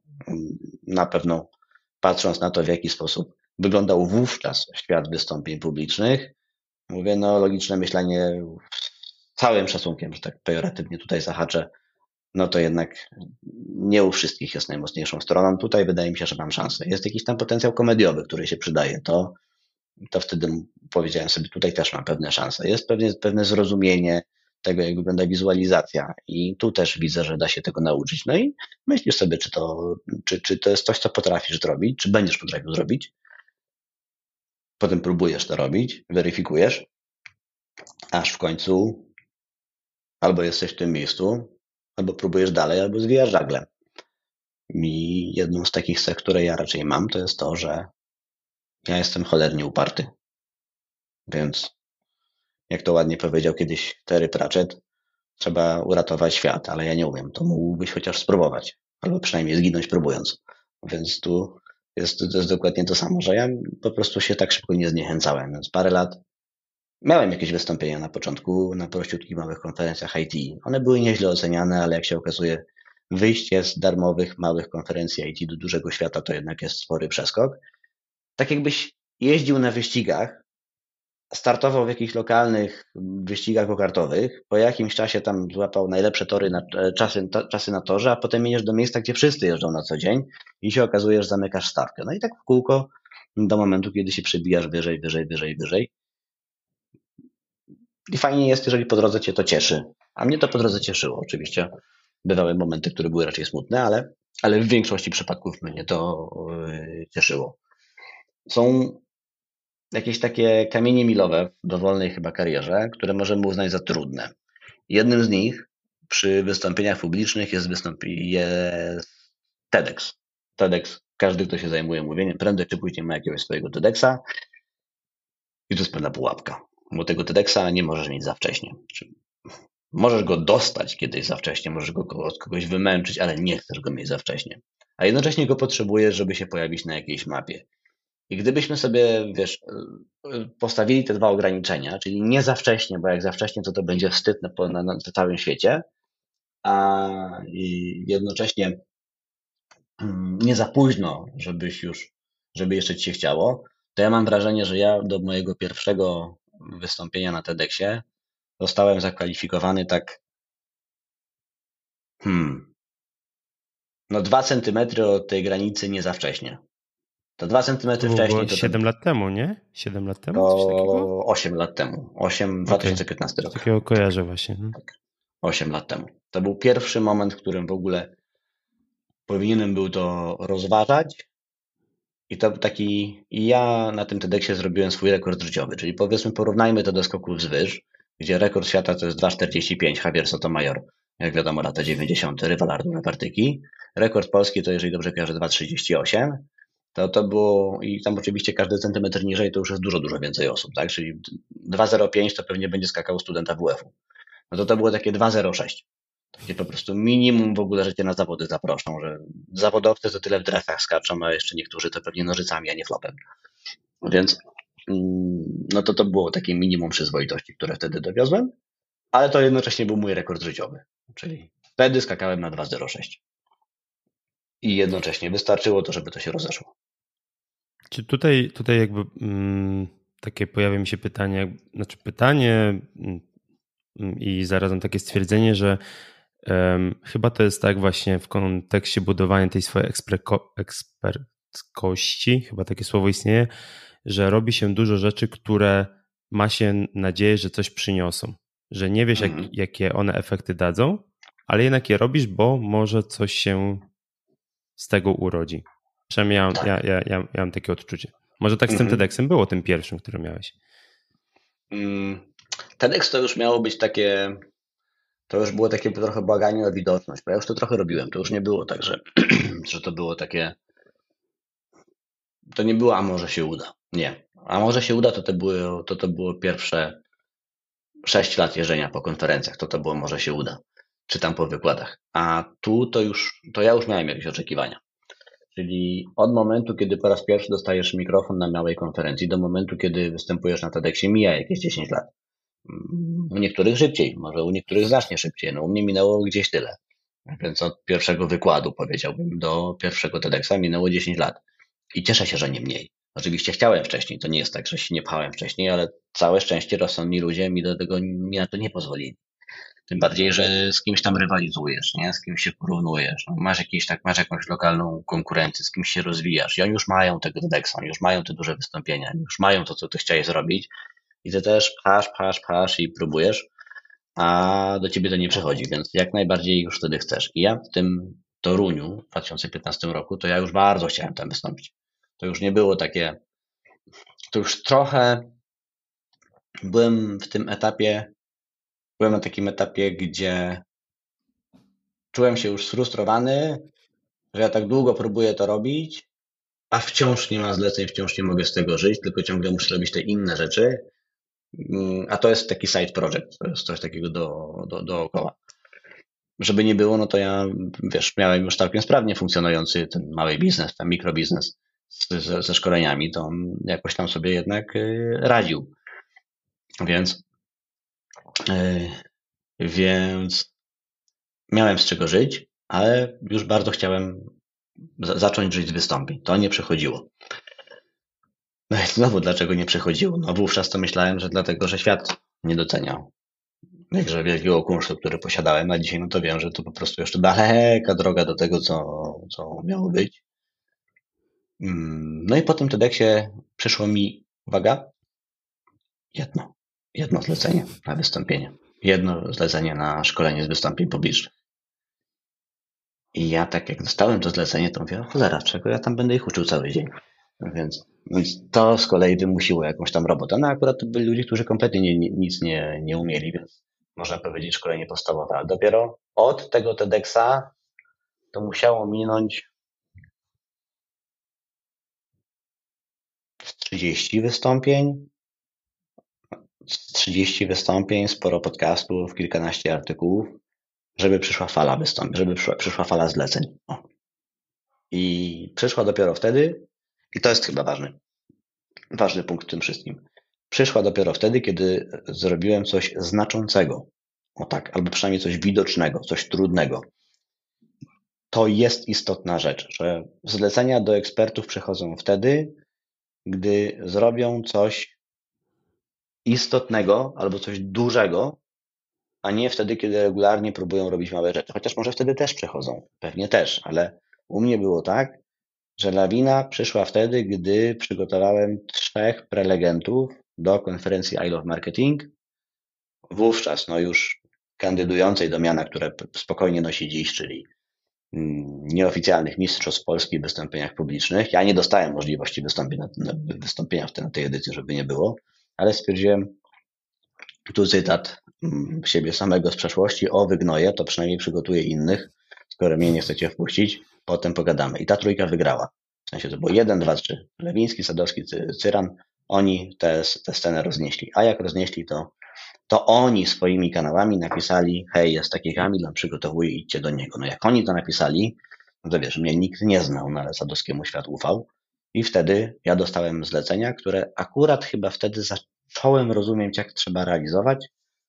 Na pewno patrząc na to, w jaki sposób wyglądał wówczas świat wystąpień publicznych, mówię, no logiczne myślenie, całym szacunkiem, że tak pejoratywnie tutaj zahaczę, no to jednak nie u wszystkich jest najmocniejszą stroną. Tutaj wydaje mi się, że mam szansę. Jest jakiś tam potencjał komediowy, który się przydaje. To, to wtedy powiedziałem sobie, tutaj też mam pewne szanse. Jest pewne, pewne zrozumienie tego, jak wygląda wizualizacja i tu też widzę, że da się tego nauczyć. No i myślisz sobie, czy to, czy, czy to jest coś, co potrafisz zrobić, czy będziesz potrafił zrobić. Potem próbujesz to robić, weryfikujesz, aż w końcu albo jesteś w tym miejscu, albo próbujesz dalej, albo zwijasz żagle. I jedną z takich cech, które ja raczej mam, to jest to, że ja jestem cholernie uparty. Więc jak to ładnie powiedział kiedyś Terry Pratchett, trzeba uratować świat, ale ja nie umiem. To mógłbyś chociaż spróbować, albo przynajmniej zginąć próbując. Więc tu jest, to jest dokładnie to samo, że ja po prostu się tak szybko nie zniechęcałem. Więc parę lat miałem jakieś wystąpienia na początku na prościutkich małych konferencjach I T. One były nieźle oceniane, ale jak się okazuje, wyjście z darmowych, małych konferencji I T do dużego świata to jednak jest spory przeskok. Tak jakbyś jeździł na wyścigach, startował w jakichś lokalnych wyścigach go-kartowych, po jakimś czasie tam złapał najlepsze tory na, czasy, to, czasy na torze, a potem jedziesz do miejsca, gdzie wszyscy jeżdżą na co dzień i się okazuje, że zamykasz stawkę. No i tak w kółko do momentu, kiedy się przebijasz wyżej, wyżej, wyżej, wyżej. I fajnie jest, jeżeli po drodze cię to cieszy. A mnie to po drodze cieszyło. Oczywiście bywały momenty, które były raczej smutne, ale, ale w większości przypadków mnie to yy, cieszyło. Są jakieś takie kamienie milowe w dowolnej chyba karierze, które możemy uznać za trudne. Jednym z nich przy wystąpieniach publicznych jest, wystąpi- jest TEDx. TEDx, każdy, kto się zajmuje mówieniem, prędzej czy później ma jakiegoś swojego TEDxa i to jest pewna pułapka, bo tego TEDxa nie możesz mieć za wcześnie. Możesz go dostać kiedyś za wcześnie, możesz go od kogoś wymęczyć, ale nie chcesz go mieć za wcześnie. A jednocześnie go potrzebujesz, żeby się pojawić na jakiejś mapie. I gdybyśmy sobie, wiesz, postawili te dwa ograniczenia, czyli nie za wcześnie, bo jak za wcześnie, to to będzie wstyd na, na, na całym świecie, a jednocześnie nie za późno, żebyś już, żeby jeszcze ci się chciało, to ja mam wrażenie, że ja do mojego pierwszego wystąpienia na TEDxie zostałem zakwalifikowany tak hmm, no dwa centymetry od tej granicy nie za wcześnie. To dwa centymetry To było wcześniej to, to, siedem lat temu, nie? siedem lat temu, coś takiego? to osiem lat temu. osiem, Okej, dwa tysiące piętnasty coś rok. takiego kojarzę właśnie. No. Tak, osiem lat temu. To był pierwszy moment, w którym w ogóle powinienem był to rozważać. I to taki, i ja na tym TEDxie zrobiłem swój rekord życiowy, czyli powiedzmy porównajmy to do skoków wzwyż, gdzie rekord świata to jest dwa czterdzieści pięć, Javier Sotomayor, jak wiadomo lata dziewięćdziesiąte, rywal Artura Partyki. Rekord polski to, jeżeli dobrze kojarzę, dwa trzydzieści osiem. To to było, i tam oczywiście każdy centymetr niżej to już jest dużo, dużo więcej osób, tak? Czyli dwa zero pięć to pewnie będzie skakał studenta W F-u. No to to było takie dwa zero sześć. Takie po prostu minimum w ogóle, że cię na zawody zaproszą, że zawodowcy to tyle w dresach skaczą, a jeszcze niektórzy to pewnie nożycami, a nie flopem. Więc no to to było takie minimum przyzwoitości, które wtedy dowiozłem, ale to jednocześnie był mój rekord życiowy, czyli wtedy skakałem na dwa zero sześć. I jednocześnie wystarczyło to, żeby to się rozeszło. Czy tutaj, tutaj jakby mm, takie pojawia mi się pytanie, znaczy pytanie mm, i zarazem takie stwierdzenie, że um, chyba to jest tak właśnie w kontekście budowania tej swojej eksperckości, chyba takie słowo istnieje, że robi się dużo rzeczy, które ma się nadzieję, że coś przyniosą, że nie wiesz, Mhm. jak, jakie one efekty dadzą, ale jednak je robisz, bo może coś się z tego urodzi. Przynajmniej ja, Tak. ja, ja, ja, ja mam takie odczucie. Może tak z tym Mhm. TEDxem było, tym pierwszym, który miałeś. TEDx to już miało być takie, to już było takie trochę błaganie o widoczność, bo ja już to trochę robiłem. To już nie było tak, że, że to było takie, to nie było, a może się uda. Nie. A może się uda, to to było, to, to było pierwsze sześć lat jeżdżenia po konferencjach. To to było, może się uda. Czy tam po wykładach. A tu to już, to ja już miałem jakieś oczekiwania. Czyli od momentu, kiedy po raz pierwszy dostajesz mikrofon na małej konferencji, do momentu, kiedy występujesz na TEDxie, mija jakieś dziesięć lat. U niektórych szybciej, może u niektórych znacznie szybciej. No u mnie minęło gdzieś tyle. Więc od pierwszego wykładu, powiedziałbym, do pierwszego TEDxa minęło dziesięć lat. I cieszę się, że nie mniej. Oczywiście chciałem wcześniej, to nie jest tak, że się nie pchałem wcześniej, ale całe szczęście rozsądni ludzie mi do tego, mi na to nie pozwolili. Tym bardziej, że z kimś tam rywalizujesz, nie? Z kimś się porównujesz. No, masz jakieś, tak, masz jakąś lokalną konkurencję, z kimś się rozwijasz i oni już mają tego TEDxa, oni już mają te duże wystąpienia, oni już mają to, co ty chciałeś zrobić i ty też pchasz, pchasz, pchasz i próbujesz, a do ciebie to nie przychodzi, więc jak najbardziej już wtedy chcesz. I ja w tym Toruniu w dwa tysiące piętnastym roku, to ja już bardzo chciałem tam wystąpić. To już nie było takie, to już trochę byłem w tym etapie, byłem na takim etapie, gdzie czułem się już sfrustrowany, że ja tak długo próbuję to robić, a wciąż nie ma zleceń, wciąż nie mogę z tego żyć, tylko ciągle muszę robić te inne rzeczy. A to jest taki side project, to jest coś takiego do, do, dookoła. Żeby nie było, no to ja, wiesz, miałem już całkiem sprawnie funkcjonujący ten mały biznes, ten mikrobiznes ze, ze szkoleniami, to on jakoś tam sobie jednak radził. Więc, yy, więc miałem z czego żyć, ale już bardzo chciałem z- zacząć żyć z wystąpień. To nie przychodziło. No i znowu, dlaczego nie przychodziło? No wówczas to myślałem, że dlatego, że świat nie doceniał jakże wielkiego kunsztu, który posiadałem, a dzisiaj no to wiem, że to po prostu jeszcze daleka droga do tego, co, co miało być. No i po tym TEDxie przyszło mi, uwaga, jedno, jedno zlecenie na wystąpienie. Jedno zlecenie na szkolenie z wystąpień publicznych. I ja tak jak dostałem to zlecenie, to mówię, cholera, czego ja tam będę ich uczył cały dzień. Więc, więc to z kolei wymusiło jakąś tam robotę. No akurat to byli ludzie, którzy kompletnie nie, nie, nic nie, nie umieli, więc można powiedzieć szkolenie podstawowe. A dopiero od tego TEDxa to musiało minąć trzydzieści wystąpień, trzydzieści wystąpień, sporo podcastów, kilkanaście artykułów, żeby przyszła fala wystąpień, żeby przyszła, przyszła fala zleceń. O. I przyszła dopiero wtedy, i to jest chyba ważny, ważny punkt w tym wszystkim. Przyszła dopiero wtedy, kiedy zrobiłem coś znaczącego. O tak, albo przynajmniej coś widocznego, coś trudnego. To jest istotna rzecz, że zlecenia do ekspertów przychodzą wtedy, gdy zrobią coś istotnego albo coś dużego, a nie wtedy, kiedy regularnie próbują robić małe rzeczy. Chociaż może wtedy też przechodzą, pewnie też, ale u mnie było tak, że lawina przyszła wtedy, gdy przygotowałem trzech prelegentów do konferencji I Love Marketing. Wówczas no już kandydującej do miana, które spokojnie nosi dziś, czyli nieoficjalnych mistrzostw Polski w wystąpieniach publicznych. Ja nie dostałem możliwości wystąpienia, wystąpienia w tej, tej edycji, żeby nie było, ale stwierdziłem, tu cytat siebie samego z przeszłości, o wygnoję, to przynajmniej przygotuję innych, skoro mnie nie chcecie wpuścić, potem pogadamy. I ta trójka wygrała. W sensie to było jeden, dwa, trzy. Lewiński, Sadowski, Cyran, oni tę scenę roznieśli. A jak roznieśli, to to oni swoimi kanałami napisali, hej, jest taki Kamil, on przygotowuje, idźcie do niego. No jak oni to napisali, no to wiesz, mnie nikt nie znał, no ale Sadowskiemu świat ufał. I wtedy ja dostałem zlecenia, które akurat chyba wtedy zacząłem rozumieć, jak trzeba realizować.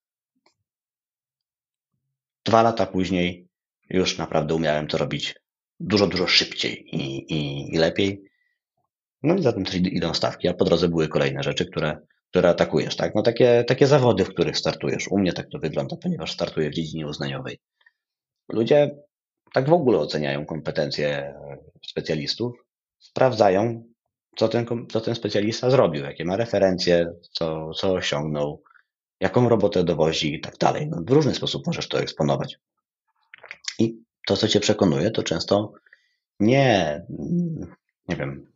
Dwa lata później już naprawdę umiałem to robić dużo, dużo szybciej i, i, i lepiej. No i za tym też idą stawki, a po drodze były kolejne rzeczy, które które atakujesz, tak? No takie, takie zawody, w których startujesz. U mnie tak to wygląda, ponieważ startuję w dziedzinie uznaniowej. Ludzie tak w ogóle oceniają kompetencje specjalistów, sprawdzają, co ten, co ten specjalista zrobił, jakie ma referencje, co, co osiągnął, jaką robotę dowozi i tak dalej. No, w różny sposób możesz to eksponować. I to, co cię przekonuje, to często nie, nie wiem,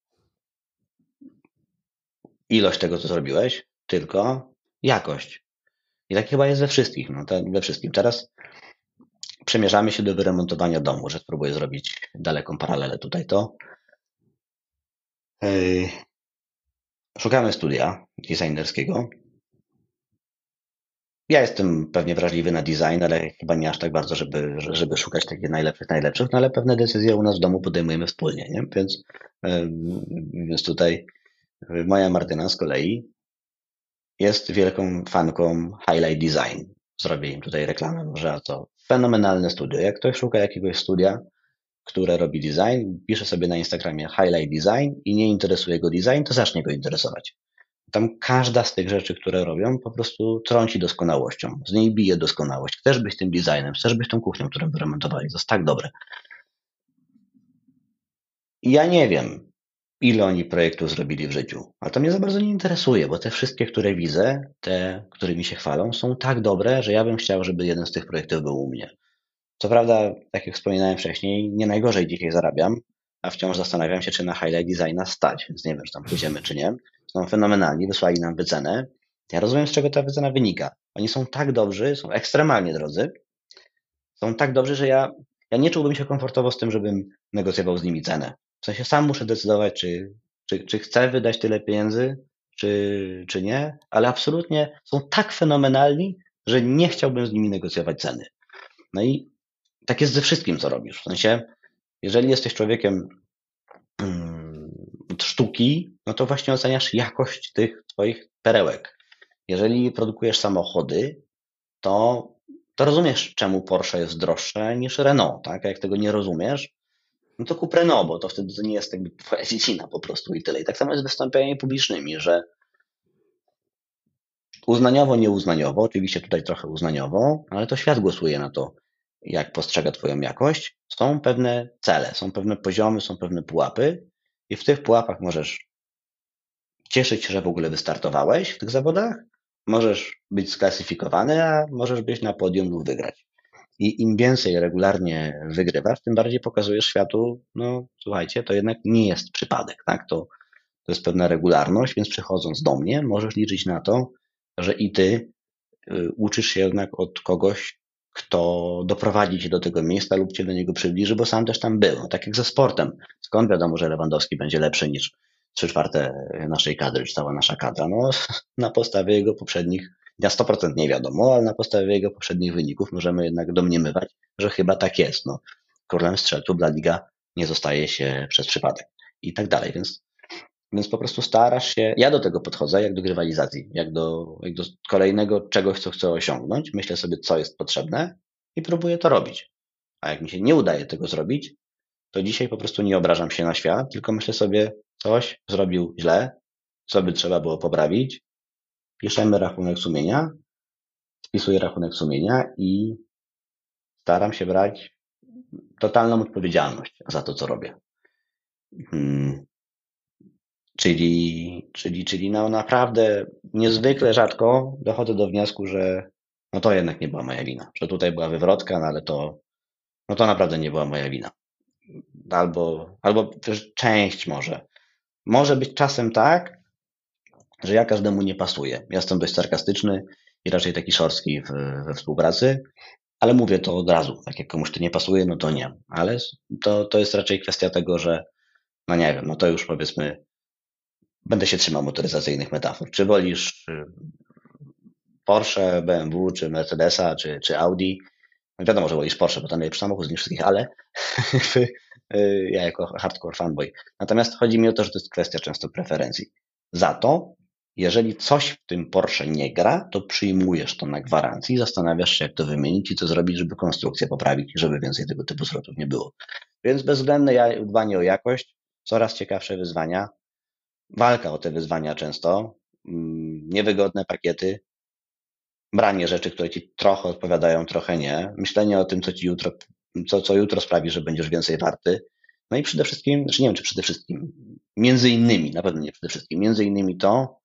ilość tego, co zrobiłeś, tylko jakość. I tak chyba jest we wszystkich, no, we wszystkim. Teraz przemierzamy się do wyremontowania domu, że spróbuję zrobić daleką paralelę tutaj to. Yy, szukamy studia designerskiego. Ja jestem pewnie wrażliwy na design, ale chyba nie aż tak bardzo, żeby, żeby szukać takich najlepszych, najlepszych, no ale pewne decyzje u nas w domu podejmujemy wspólnie, nie? Więc, yy, więc tutaj moja Martyna z kolei jest wielką fanką Highlight Design. Zrobię im tutaj reklamę, może to fenomenalne studio. Jak ktoś szuka jakiegoś studia, które robi design, pisze sobie na Instagramie Highlight Design i nie interesuje go design, to zacznie go interesować. Tam każda z tych rzeczy, które robią, po prostu trąci doskonałością. Z niej bije doskonałość. Chcesz być tym designem, chcesz być tą kuchnią, którą wyremontowali. To jest tak dobre. I ja nie wiem, ile oni projektów zrobili w życiu, ale to mnie za bardzo nie interesuje, bo te wszystkie, które widzę, te, którymi się chwalą, są tak dobre, że ja bym chciał, żeby jeden z tych projektów był u mnie. Co prawda, tak jak wspominałem wcześniej, nie najgorzej dzisiaj zarabiam, a wciąż zastanawiam się, czy na Highlight Designa stać, więc nie wiem, czy tam pójdziemy, czy nie. Są fenomenalni, wysłali nam wycenę. Ja rozumiem, z czego ta wycena wynika. Oni są tak dobrzy, są ekstremalnie drodzy, są tak dobrzy, że ja, ja nie czułbym się komfortowo z tym, żebym negocjował z nimi cenę. W sensie sam muszę decydować, czy, czy, czy chcę wydać tyle pieniędzy, czy, czy nie, ale absolutnie są tak fenomenalni, że nie chciałbym z nimi negocjować ceny. No i tak jest ze wszystkim, co robisz. W sensie, jeżeli jesteś człowiekiem od sztuki, no to właśnie oceniasz jakość tych twoich perełek. Jeżeli produkujesz samochody, to, to rozumiesz, czemu Porsche jest droższe niż Renault, tak? A jak tego nie rozumiesz, no to kup Renault, bo to wtedy to nie jest jakby twoja dziedzina po prostu i tyle. I tak samo jest z wystąpieniami publicznymi, że uznaniowo, nieuznaniowo, oczywiście tutaj trochę uznaniowo, ale to świat głosuje na to, jak postrzega twoją jakość. Są pewne cele, są pewne poziomy, są pewne pułapy i w tych pułapach możesz cieszyć się, że w ogóle wystartowałeś w tych zawodach, możesz być sklasyfikowany, a możesz być na podium lub wygrać. I im więcej regularnie wygrywasz, tym bardziej pokazujesz światu, no słuchajcie, to jednak nie jest przypadek, tak? To, to jest pewna regularność, więc przychodząc do mnie możesz liczyć na to, że i ty y, uczysz się jednak od kogoś, kto doprowadzi cię do tego miejsca lub cię do niego przybliży, bo sam też tam był. No, tak jak ze sportem. Skąd wiadomo, że Lewandowski będzie lepszy niż trzy czwarte naszej kadry, czy cała nasza kadra? No, na podstawie jego poprzednich, na sto procent nie wiadomo, ale na podstawie jego poprzednich wyników możemy jednak domniemywać, że chyba tak jest. No, królem strzelców dla Liga nie zostaje się przez przypadek i tak dalej, więc, więc po prostu starasz się, ja do tego podchodzę jak do grywalizacji, jak do, jak do kolejnego czegoś, co chcę osiągnąć, myślę sobie, co jest potrzebne i próbuję to robić. A jak mi się nie udaje tego zrobić, to dzisiaj po prostu nie obrażam się na świat, tylko myślę sobie, coś zrobił źle, co by trzeba było poprawić, piszemy rachunek sumienia, wpisuję rachunek sumienia i staram się brać totalną odpowiedzialność za to, co robię. Hmm. Czyli, czyli, czyli no naprawdę niezwykle rzadko dochodzę do wniosku, że no to jednak nie była moja wina, że tutaj była wywrotka, no ale to, no to naprawdę nie była moja wina. Albo, albo też część może. Może być czasem tak, że ja każdemu nie pasuję. Ja jestem dość sarkastyczny i raczej taki szorstki w, we współpracy, ale mówię to od razu. Tak jak komuś to nie pasuje, no to nie. Ale to, to jest raczej kwestia tego, że no nie wiem, no to już powiedzmy będę się trzymał motoryzacyjnych metafor. Czy wolisz Porsche, B M W, czy Mercedesa, czy, czy Audi? No wiadomo, że wolisz Porsche, bo to najlepszy samochód z nich wszystkich, ale ja jako hardcore fanboy. Natomiast chodzi mi o to, że to jest kwestia często preferencji. Za to, jeżeli coś w tym Porsche nie gra, to przyjmujesz to na gwarancji, zastanawiasz się, jak to wymienić i co zrobić, żeby konstrukcję poprawić, żeby więcej tego typu zwrotów nie było. Więc bezwzględne dbanie o jakość, coraz ciekawsze wyzwania, walka o te wyzwania często, niewygodne pakiety, branie rzeczy, które ci trochę odpowiadają, trochę nie, myślenie o tym, co ci jutro, co, co jutro sprawi, że będziesz więcej warty. No i przede wszystkim, znaczy nie wiem, czy przede wszystkim, między innymi, na pewno nie przede wszystkim, między innymi to,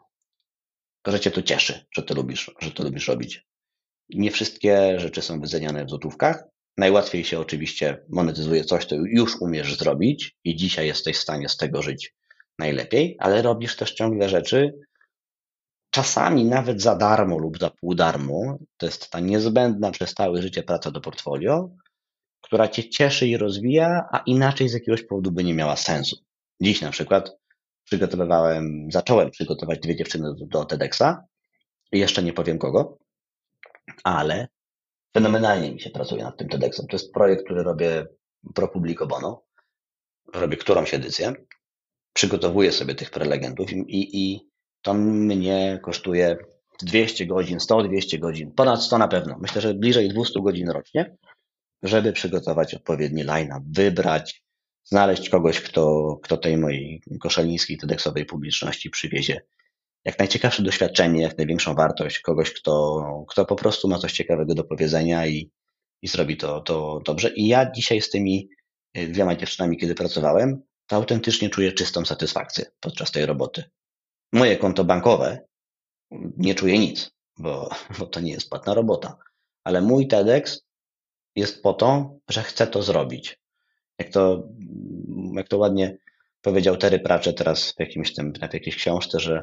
że cię to cieszy, że to lubisz, że to lubisz robić. Nie wszystkie rzeczy są wyceniane w złotówkach. Najłatwiej się oczywiście monetyzuje coś, co już umiesz zrobić i dzisiaj jesteś w stanie z tego żyć najlepiej, ale robisz też ciągle rzeczy, czasami nawet za darmo lub za pół darmo. To jest ta niezbędna przez całe życie praca do portfolio, która cię cieszy i rozwija, a inaczej z jakiegoś powodu by nie miała sensu. Dziś na przykład przygotowywałem, zacząłem przygotować dwie dziewczyny do, do TEDxa. Jeszcze nie powiem kogo, ale fenomenalnie mi się pracuje nad tym TEDxem. To jest projekt, który robię pro publico bono. Robię którąś edycję. Przygotowuję sobie tych prelegentów i, i to mnie kosztuje dwieście godzin, sto dwieście godzin, ponad sto na pewno. Myślę, że bliżej dwieście godzin rocznie, żeby przygotować odpowiedni line-up, wybrać, znaleźć kogoś, kto, kto tej mojej koszalińskiej TEDxowej publiczności przywiezie jak najciekawsze doświadczenie, jak największą wartość, kogoś, kto, kto po prostu ma coś ciekawego do powiedzenia i, i zrobi to, to dobrze. I ja dzisiaj z tymi dwiema dziewczynami, kiedy pracowałem, to autentycznie czuję czystą satysfakcję podczas tej roboty. Moje konto bankowe nie czuje nic, bo, bo to nie jest płatna robota. Ale mój TEDx jest po to, że chcę to zrobić. Jak to, jak to ładnie powiedział Terry Pratchett teraz w jakimś tym, w jakiejś książce, że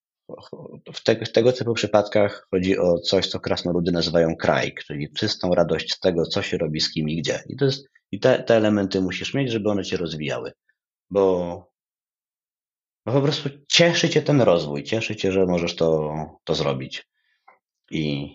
w, te, w tego typu przypadkach chodzi o coś, co krasnoludy nazywają krajk, czyli czystą radość z tego, co się robi, z kim i gdzie. I, to jest, i te, te elementy musisz mieć, żeby one cię rozwijały. Bo, bo po prostu cieszy cię ten rozwój, cieszy cię, że możesz to, to zrobić. I,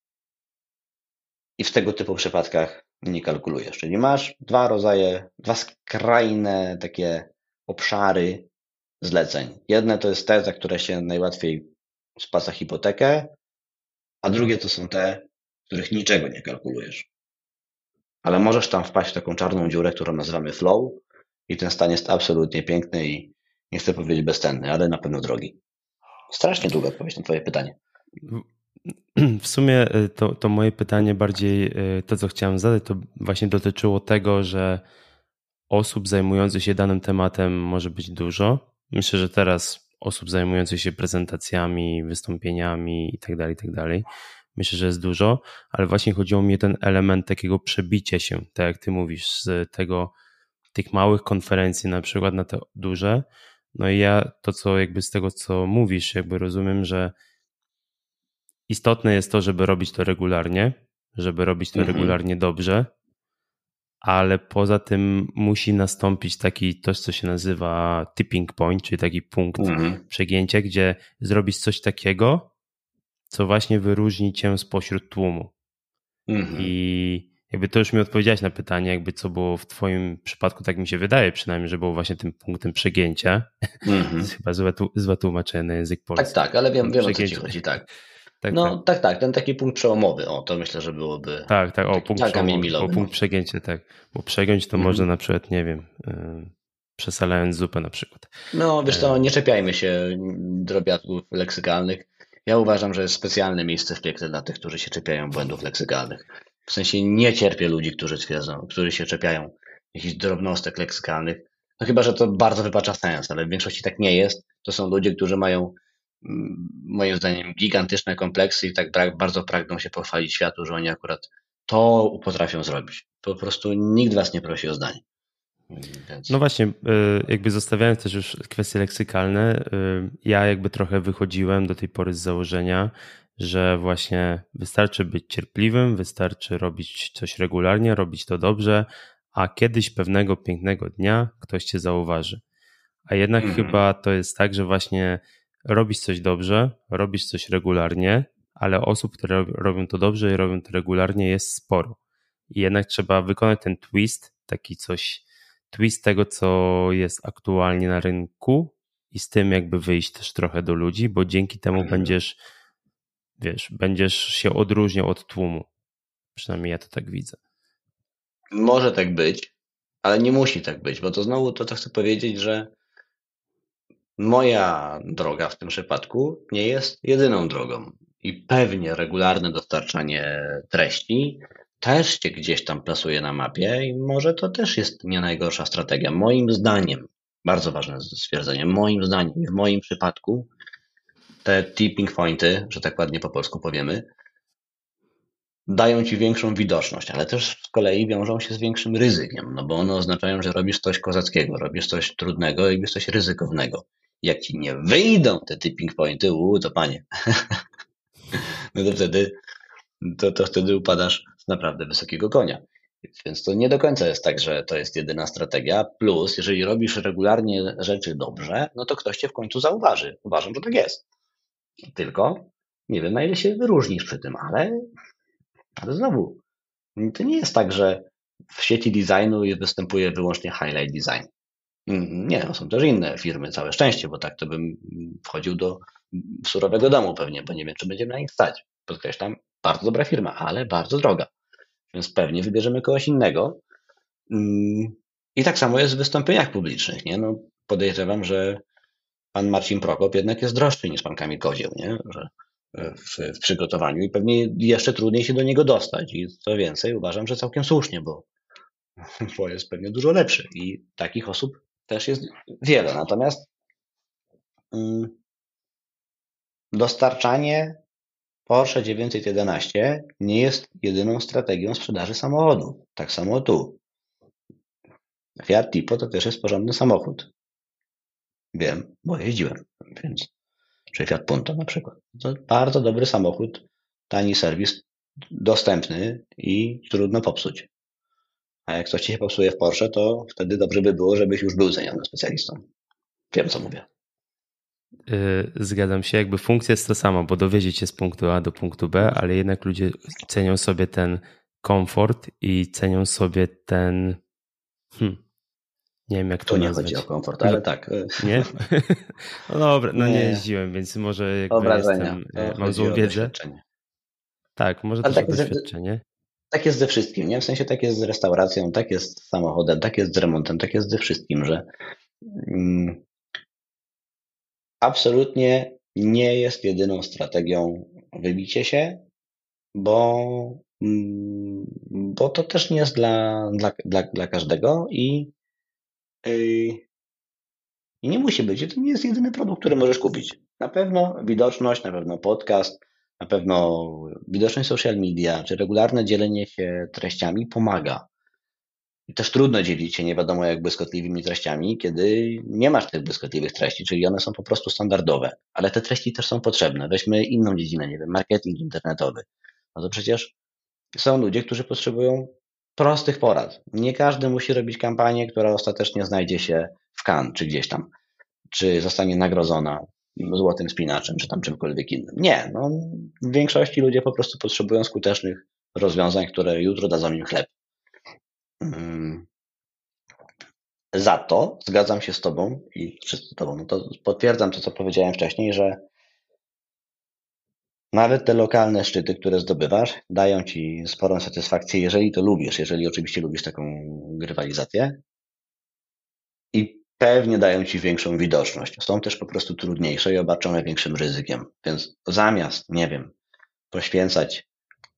I w tego typu przypadkach nie kalkulujesz. Czyli masz dwa rodzaje, dwa skrajne takie obszary zleceń. Jedne to jest te, za które się najłatwiej spłaca hipotekę, a drugie to są te, w których niczego nie kalkulujesz. Ale możesz tam wpaść w taką czarną dziurę, którą nazywamy flow i ten stan jest absolutnie piękny i nie chcę powiedzieć bezcenny, ale na pewno drogi. Strasznie długa odpowiedź na twoje pytanie. W sumie to, to moje pytanie bardziej, to co chciałem zadać, to właśnie dotyczyło tego, że osób zajmujących się danym tematem może być dużo. Myślę, że teraz osób zajmujących się prezentacjami, wystąpieniami i tak dalej, i tak dalej. Myślę, że jest dużo, ale właśnie chodziło mi o ten element takiego przebicia się, tak jak ty mówisz, z tego, tych małych konferencji na przykład na te duże. No i ja to, co jakby z tego, co mówisz, jakby rozumiem, że istotne jest to, żeby robić to regularnie, żeby robić to mhm. regularnie dobrze, ale poza tym musi nastąpić taki coś, co się nazywa tipping point, czyli taki punkt mhm. przegięcia, gdzie zrobisz coś takiego, co właśnie wyróżni cię spośród tłumu. Mhm. I jakby to już mi odpowiedziałeś na pytanie, jakby co było w twoim przypadku, tak mi się wydaje przynajmniej, że było właśnie tym punktem przegięcia. Mhm. To jest chyba złe, złe tłumaczenie na język polski. Tak, tak, ale wiem, wiem o co ci chodzi, tak. Tak, no tak. tak, tak, ten taki punkt przełomowy, o to myślę, że byłoby... Tak, tak, o punkt przełomowy, o punkt przegięcia, tak, bo przegiąć to mm. można na przykład, nie wiem, yy, przesalając zupę na przykład. No wiesz co, nie czepiajmy się drobiazgów leksykalnych, Ja uważam, że jest specjalne miejsce w piekle dla tych, którzy się czepiają błędów leksykalnych. W sensie nie cierpię ludzi, którzy twierdzą, którzy się czepiają jakichś drobnostek leksykalnych. No chyba, że to bardzo wypacza sens, ale w większości tak nie jest. To są ludzie, którzy mają mm, moim zdaniem gigantyczne kompleksy i tak bra- bardzo pragną się pochwalić światu, że oni akurat to potrafią zrobić. Po prostu nikt was nie prosi o zdanie. No Więc właśnie, y, jakby zostawiając też już kwestie leksykalne, y, ja jakby trochę wychodziłem do tej pory z założenia, że właśnie wystarczy być cierpliwym, wystarczy robić coś regularnie, robić to dobrze, a kiedyś pewnego pięknego dnia ktoś cię zauważy. A jednak mhm. chyba to jest tak, że właśnie robisz coś dobrze, robisz coś regularnie, ale osób, które rob- robią to dobrze i robią to regularnie jest sporo. I jednak trzeba wykonać ten twist, taki coś, twist tego, co jest aktualnie na rynku i z tym jakby wyjść też trochę do ludzi, bo dzięki temu będziesz, wiesz, będziesz się odróżniał od tłumu. Przynajmniej ja to tak widzę. Może tak być, ale nie musi tak być, bo to znowu to, co chcę powiedzieć, że moja droga w tym przypadku nie jest jedyną drogą. I pewnie regularne dostarczanie treści też cię gdzieś tam plasuje na mapie i może to też jest nie najgorsza strategia. Moim zdaniem, bardzo ważne stwierdzenie, moim zdaniem, w moim przypadku te tipping pointy, że tak ładnie po polsku powiemy, dają ci większą widoczność, ale też z kolei wiążą się z większym ryzykiem, no bo one oznaczają, że robisz coś kozackiego, robisz coś trudnego, robisz coś ryzykownego. Jak ci nie wyjdą te tipping pointy, u, to panie, no to wtedy, to, to wtedy upadasz z naprawdę wysokiego konia. Więc to nie do końca jest tak, że to jest jedyna strategia. Plus, jeżeli robisz regularnie rzeczy dobrze, no to ktoś cię w końcu zauważy. Uważam, że tak jest. Tylko nie wiem, na ile się wyróżnisz przy tym, ale, ale znowu, to nie jest tak, że w sieci designu występuje wyłącznie highlight design. Nie, no są też inne firmy, całe szczęście, bo tak to bym wchodził do surowego domu pewnie, bo nie wiem, czy będziemy na nich stać. Podkreślam, bardzo dobra firma, ale bardzo droga. Więc pewnie wybierzemy kogoś innego. I tak samo jest w wystąpieniach publicznych, nie? No, podejrzewam, że pan Marcin Prokop jednak jest droższy niż pan Kamil Kozieł, nie? Że w, w przygotowaniu i pewnie jeszcze trudniej się do niego dostać. I co więcej, uważam, że całkiem słusznie, bo, bo jest pewnie dużo lepszy. I takich osób też jest wiele. Natomiast mm, dostarczanie Porsche dziewięćset jedenaście nie jest jedyną strategią sprzedaży samochodów. Tak samo tu. Fiat Tipo to też jest porządny samochód. Wiem, bo jeździłem, więc czy Fiat Punto na przykład. To bardzo dobry samochód, tani serwis, dostępny i trudno popsuć. A jak coś ci się popsuje w Porsche, to wtedy dobrze by było, żebyś już był cenionym specjalistą. Wiem, co mówię. Zgadzam się, jakby funkcja jest to sama, bo dowiezie cię z punktu A do punktu B, ale jednak ludzie cenią sobie ten komfort i cenią sobie ten hmm, nie wiem jak to Tu nie nazwać. chodzi o komfort, ale tak. Nie? No dobra, no nie Nie. jeździłem, więc może jakby Obrażenia. jestem, To mam chodzi złą o wiedzę. doświadczenie. Tak, może Ale też o tak jest, doświadczenie. tak jest ze wszystkim, nie? W sensie tak jest z restauracją, tak jest z samochodem, tak jest z remontem, tak jest ze wszystkim, że mm, absolutnie nie jest jedyną strategią wybicie się, bo, mm, bo to też nie jest dla, dla, dla, dla każdego i, yy, i nie musi być. To nie jest jedyny produkt, który możesz kupić. Na pewno widoczność, na pewno podcast, na pewno widoczność social media, czy regularne dzielenie się treściami pomaga. I też trudno dzielić się nie wiadomo jak błyskotliwymi treściami, kiedy nie masz tych błyskotliwych treści, czyli one są po prostu standardowe, ale te treści też są potrzebne. Weźmy inną dziedzinę, nie wiem, marketing internetowy. No to przecież są ludzie, którzy potrzebują prostych porad. Nie każdy musi robić kampanię, która ostatecznie znajdzie się w Cannes czy gdzieś tam, czy zostanie nagrodzona złotym spinaczem, czy tam czymkolwiek innym. Nie, no w większości ludzie po prostu potrzebują skutecznych rozwiązań, które jutro dadzą im chleb. Za to zgadzam się z Tobą i z Tobą, no to potwierdzam to, co powiedziałem wcześniej, że nawet te lokalne szczyty, które zdobywasz, dają Ci sporą satysfakcję, jeżeli to lubisz, jeżeli oczywiście lubisz taką grywalizację. I pewnie dają ci większą widoczność. Są też po prostu trudniejsze i obarczone większym ryzykiem. Więc zamiast, nie wiem, poświęcać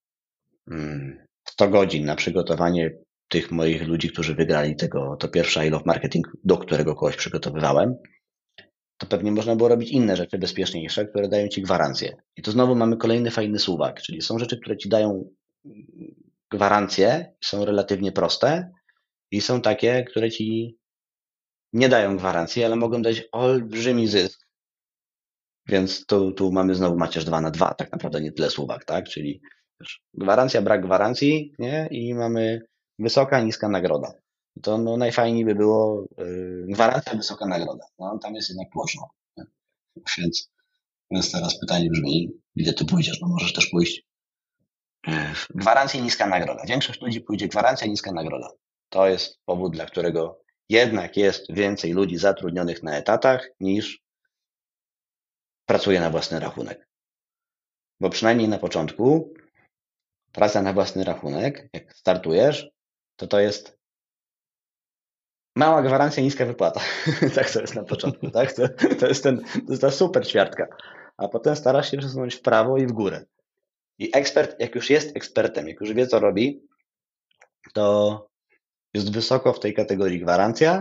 sto godzin na przygotowanie tych moich ludzi, którzy wygrali tego, to pierwsze I Love Marketing, do którego kogoś przygotowywałem, to pewnie można było robić inne rzeczy bezpieczniejsze, które dają ci gwarancję. I tu znowu mamy kolejny fajny suwak, czyli są rzeczy, które ci dają gwarancję, są relatywnie proste i są takie, które ci nie dają gwarancji, ale mogą dać olbrzymi zysk. Więc tu, tu mamy znowu macierz dwa na dwa, tak naprawdę nie tyle suwak, tak? Czyli gwarancja, brak gwarancji, nie? I mamy wysoka, niska nagroda. To no, najfajniej by było yy, gwarancja, wysoka nagroda. No, tam jest jednak płoszno. Więc, więc teraz pytanie brzmi, gdzie ty pójdziesz? No możesz też pójść yy, gwarancja, niska nagroda. Większość ludzi pójdzie gwarancja, niska nagroda. To jest powód, dla którego jednak jest więcej ludzi zatrudnionych na etatach niż pracuje na własny rachunek. Bo przynajmniej na początku praca na własny rachunek, jak startujesz, to to jest mała gwarancja, niska wypłata. Tak to jest na początku, tak? To, to, jest ten, to jest ta super ćwiartka. A potem starasz się przesunąć w prawo i w górę. I ekspert, jak już jest ekspertem, jak już wie, co robi, to jest wysoko w tej kategorii gwarancja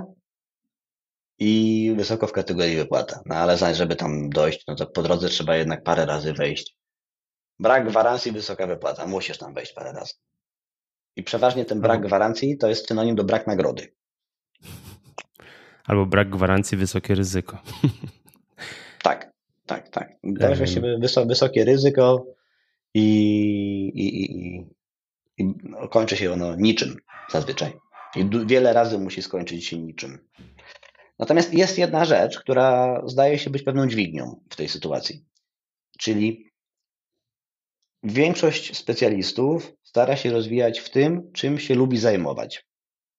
i wysoko w kategorii wypłata. No ale zanim, żeby tam dojść, no to po drodze trzeba jednak parę razy wejść. Brak gwarancji, wysoka wypłata. Musisz tam wejść parę razy. I przeważnie ten brak Albo, gwarancji to jest synonim do brak nagrody. albo brak gwarancji, wysokie ryzyko. Tak, tak, tak. To jest właściwie wysokie ryzyko i, i, i, i kończy się ono niczym zazwyczaj. I wiele razy musi skończyć się niczym. Natomiast jest jedna rzecz, która zdaje się być pewną dźwignią w tej sytuacji. Czyli większość specjalistów stara się rozwijać w tym, czym się lubi zajmować.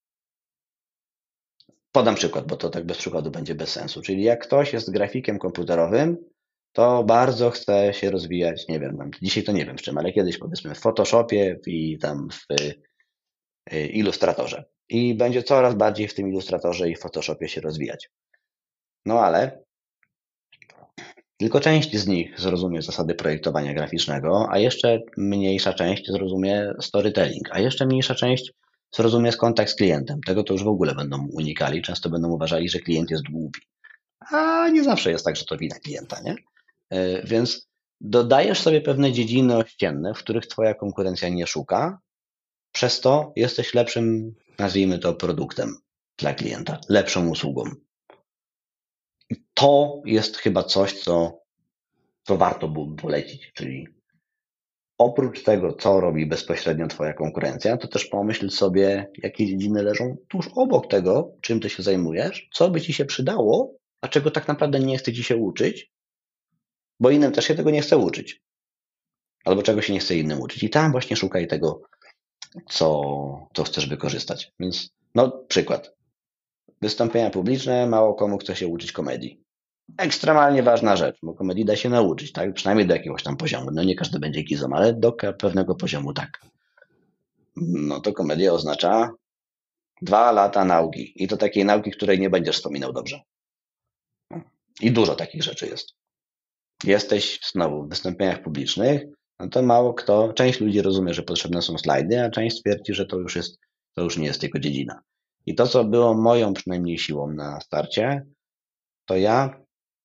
Podam przykład, bo to tak bez przykładu będzie bez sensu. Czyli jak ktoś jest grafikiem komputerowym, to bardzo chce się rozwijać, nie wiem, dzisiaj to nie wiem w czym, ale kiedyś powiedzmy w Photoshopie i tam w Illustratorze. I będzie coraz bardziej w tym Illustratorze i w Photoshopie się rozwijać. No ale tylko część z nich zrozumie zasady projektowania graficznego, a jeszcze mniejsza część zrozumie storytelling, a jeszcze mniejsza część zrozumie kontakt z klientem. Tego to już w ogóle będą unikali. Często będą uważali, że klient jest głupi. A nie zawsze jest tak, że to wina klienta, nie? Więc dodajesz sobie pewne dziedziny ościenne, w których twoja konkurencja nie szuka. Przez to jesteś lepszym, nazwijmy to, produktem dla klienta, lepszą usługą. I to jest chyba coś, co, co warto byłoby polecić, czyli oprócz tego, co robi bezpośrednio twoja konkurencja, to też pomyśl sobie, jakie dziedziny leżą tuż obok tego, czym ty się zajmujesz, co by ci się przydało, a czego tak naprawdę nie chce ci się uczyć, bo innym też się tego nie chce uczyć. Albo czego się nie chce innym uczyć. I tam właśnie szukaj tego, co, co chcesz wykorzystać. Więc, no, przykład. Wystąpienia publiczne, mało komu chce się uczyć komedii. Ekstremalnie ważna rzecz, bo komedii da się nauczyć, tak? Przynajmniej do jakiegoś tam poziomu. No nie każdy będzie gizą, ale do pewnego poziomu tak. No to komedia oznacza dwa lata nauki. I to takiej nauki, której nie będziesz wspominał dobrze. I dużo takich rzeczy jest. Jesteś znowu w wystąpieniach publicznych, no to mało kto, część ludzi rozumie, że potrzebne są slajdy, a część twierdzi, że to już jest, to już nie jest jego dziedzina. I to, co było moją przynajmniej siłą na starcie, to ja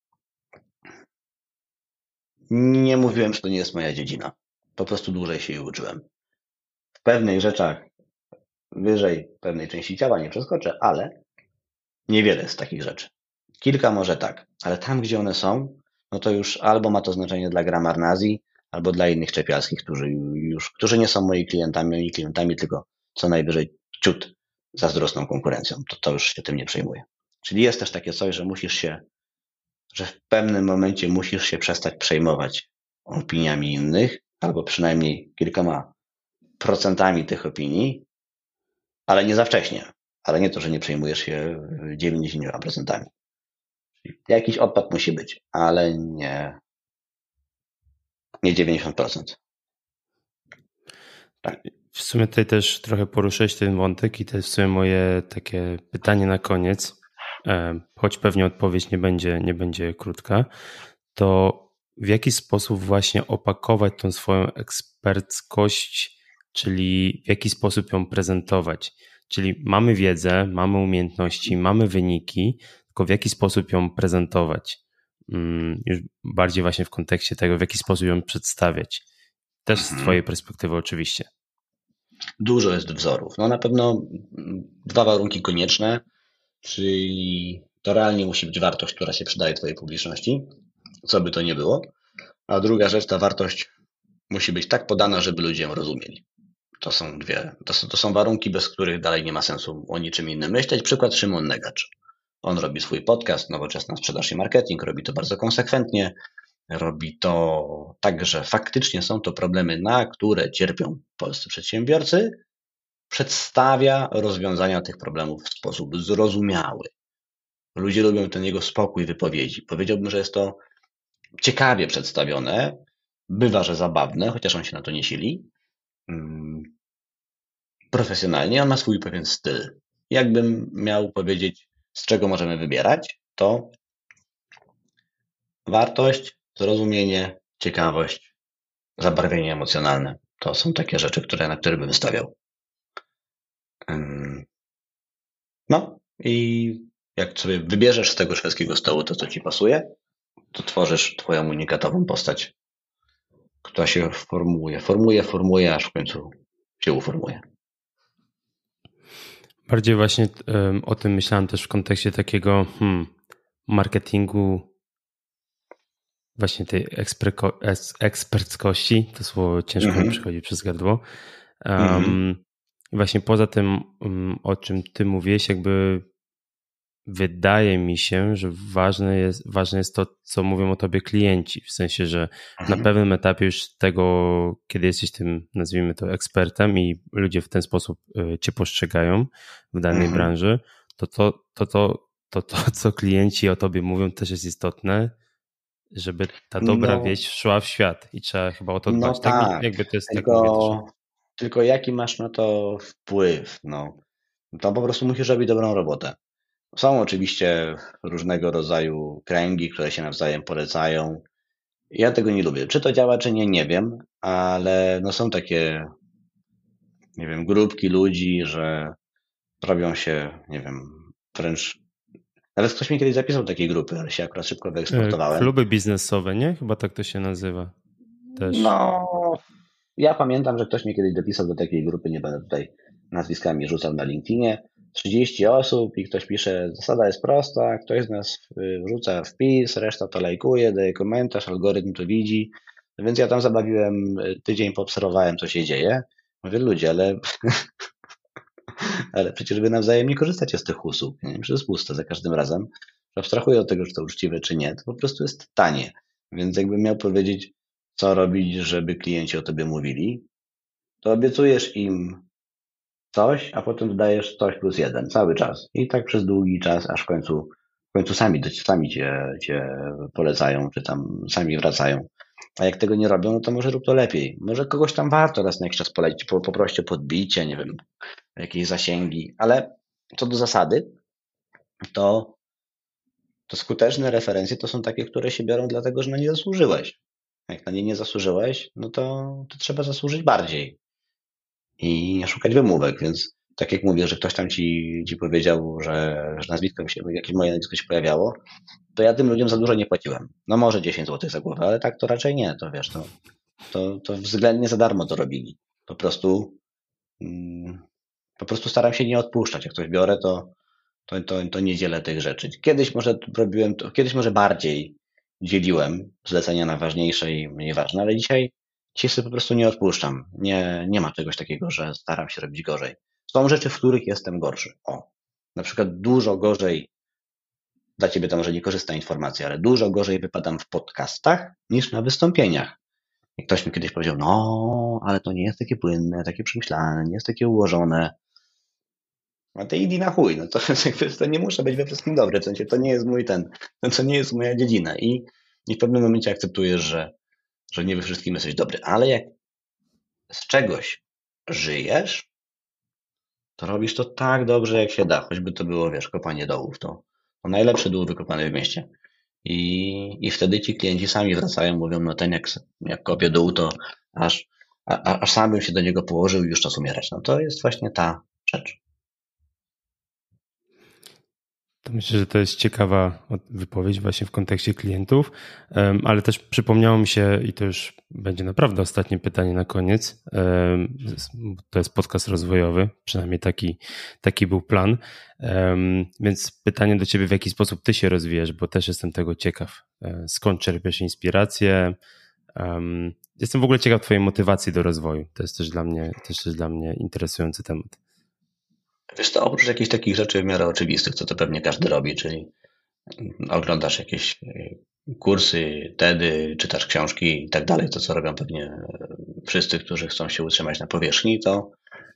nie mówiłem, że to nie jest moja dziedzina. Po prostu dłużej się jej uczyłem. W pewnych rzeczach wyżej pewnej części ciała nie przeskoczę, ale niewiele z takich rzeczy. Kilka może tak, ale tam, gdzie one są, no to już albo ma to znaczenie dla Gramarnazji, albo dla innych czepialskich, którzy już, którzy nie są moi klientami, oni klientami, tylko co najwyżej ciut zazdrosną konkurencją. To, to już się tym nie przejmuje. Czyli jest też takie coś, że musisz się, że w pewnym momencie musisz się przestać przejmować opiniami innych, albo przynajmniej kilkoma procentami tych opinii, ale nie za wcześnie. Ale nie to, że nie przejmujesz się dziewięćdziesięcioma procentami. Jakiś odpad musi być, ale nie, nie dziewięćdziesiąt procent. Tak. W sumie tutaj też trochę poruszyłeś ten wątek i to jest w sumie moje takie pytanie na koniec. choć pewnie odpowiedź nie będzie, nie będzie krótka, to w jaki sposób właśnie opakować tą swoją eksperckość, czyli w jaki sposób ją prezentować? Czyli mamy wiedzę, mamy umiejętności, mamy wyniki, tylko w jaki sposób ją prezentować? Już bardziej właśnie w kontekście tego, w jaki sposób ją przedstawiać. Też z twojej perspektywy oczywiście. Dużo jest wzorów. No na pewno dwa warunki konieczne, czyli to realnie musi być wartość, która się przydaje twojej publiczności, co by to nie było. A druga rzecz, ta wartość musi być tak podana, żeby ludzie ją rozumieli. To są dwie, to są, to są warunki, bez których dalej nie ma sensu o niczym innym myśleć. Przykład Szymon Negacz. On robi swój podcast Nowoczesna Sprzedaż i Marketing, robi to bardzo konsekwentnie, robi to tak, że faktycznie są to problemy, na które cierpią polscy przedsiębiorcy, przedstawia rozwiązania tych problemów w sposób zrozumiały. Ludzie lubią ten jego spokój wypowiedzi. Powiedziałbym, że jest to ciekawie przedstawione, bywa, że zabawne, chociaż on się na to nie sili. Profesjonalnie, on ma swój pewien styl. Jakbym miał powiedzieć, z czego możemy wybierać, to wartość, zrozumienie, ciekawość, zabarwienie emocjonalne. To są takie rzeczy, które, na które bym wystawiał. No i jak sobie wybierzesz z tego szwedzkiego stołu to, co ci pasuje, to tworzysz twoją unikatową postać, która się formułuje, formuje, formuje, aż w końcu się uformuje. Bardziej właśnie um, o tym myślałem też w kontekście takiego hmm, marketingu, właśnie tej eksperko, eksperckości, to słowo ciężko mm-hmm. mi przychodzi przez gardło. Um, mm-hmm. Właśnie poza tym, um, o czym ty mówiłeś, jakby wydaje mi się, że ważne jest, ważne jest to, co mówią o tobie klienci, w sensie, że mm-hmm. na pewnym etapie już tego, kiedy jesteś tym, nazwijmy to, ekspertem i ludzie w ten sposób cię postrzegają w danej mm-hmm. branży, to to, to, to, to to, co klienci o tobie mówią, też jest istotne, żeby ta dobra no, wieść szła w świat i trzeba chyba o to dbać. No tak, tak, jakby to jest tylko, tak mówię, tylko jaki masz na to wpływ? No, to po prostu musisz robić dobrą robotę. Są oczywiście różnego rodzaju kręgi, które się nawzajem polecają. Ja tego nie lubię. Czy to działa, czy nie, nie wiem, ale no są takie, nie wiem, grupki ludzi, że robią się, nie wiem, wręcz... Nawet ktoś mi kiedyś zapisał takiej grupy, ale się akurat szybko wyeksportowałem. Kluby biznesowe, nie? Chyba tak to się nazywa też. No, ja pamiętam, że ktoś mnie kiedyś dopisał do takiej grupy, nie będę tutaj nazwiskami rzucał na LinkedInie. trzydzieści osób i ktoś pisze, zasada jest prosta, ktoś z nas wrzuca wpis, reszta to lajkuje, daje komentarz, algorytm to widzi. Więc ja tam zabawiłem tydzień, poobserwowałem, co się dzieje. Mówię, ludzie, ale, ale przecież wy nawzajem nie korzystacie z tych usług. Nie? Przecież jest puste za każdym razem. Abstrahuję od tego, czy to uczciwe, czy nie. To po prostu jest tanie. Więc jakbym miał powiedzieć, co robić, żeby klienci o tobie mówili, to obiecujesz im coś, a potem dodajesz coś plus jeden cały czas. I tak przez długi czas, aż w końcu, w końcu sami, sami cię, cię polecają, czy tam sami wracają. A jak tego nie robią, no to może rób to lepiej. Może kogoś tam warto raz na jakiś czas polecić, po, poprosić o podbicie, nie wiem, jakieś zasięgi. Ale co do zasady, to, to skuteczne referencje to są takie, które się biorą dlatego, że na nie zasłużyłeś. Jak na nie nie zasłużyłeś, no to, to trzeba zasłużyć bardziej. I nie szukać wymówek, więc tak jak mówię, że ktoś tam ci, ci powiedział, że, że nazwisko mi się, jakieś moje nazwisko się pojawiało, to ja tym ludziom za dużo nie płaciłem. No może dziesięć złotych za głowę, ale tak to raczej nie, to wiesz, to, to, to względnie za darmo to robili. Po prostu mm, po prostu staram się nie odpuszczać. Jak coś biorę, to, to, to, to nie dzielę tych rzeczy. Kiedyś może robiłem to, kiedyś może bardziej dzieliłem zlecenia na ważniejsze i mniej ważne, ale dzisiaj Dzisiaj sobie po prostu nie odpuszczam. Nie, nie ma czegoś takiego, że staram się robić gorzej. Są rzeczy, w których jestem gorszy. O, na przykład dużo gorzej, dla ciebie to może niekorzystna informacja, ale dużo gorzej wypadam w podcastach niż na wystąpieniach. I ktoś mi kiedyś powiedział, no, ale to nie jest takie płynne, takie przemyślane, nie jest takie ułożone. A ty idź na chuj, no to, to nie muszę być we wszystkim dobry, w sensie to nie jest mój ten, to nie jest moja dziedzina. I, i w pewnym momencie akceptujesz, że że nie we wszystkim jesteś dobry, ale jak z czegoś żyjesz, to robisz to tak dobrze, jak się da, choćby to było, wiesz, kopanie dołów, to, o najlepszy dół wykopany w mieście. I, i wtedy ci klienci sami wracają, mówią, no ten jak, jak kopie dół, to aż, a, aż sam bym się do niego położył i już czas umierać. No to jest właśnie ta rzecz. To myślę, że to jest ciekawa wypowiedź właśnie w kontekście klientów, ale też przypomniało mi się, i to już będzie naprawdę ostatnie pytanie na koniec, to jest podcast rozwojowy, przynajmniej taki, taki był plan, więc pytanie do ciebie, w jaki sposób ty się rozwijasz, bo też jestem tego ciekaw. Skąd czerpiesz inspirację? Jestem w ogóle ciekaw twojej motywacji do rozwoju. To jest też dla mnie, też jest dla mnie interesujący temat. Wiesz to, oprócz jakichś takich rzeczy w miarę oczywistych, co to pewnie każdy robi, czyli oglądasz jakieś kursy, TEDy, czytasz książki i tak dalej, to co robią pewnie wszyscy, którzy chcą się utrzymać na powierzchni, to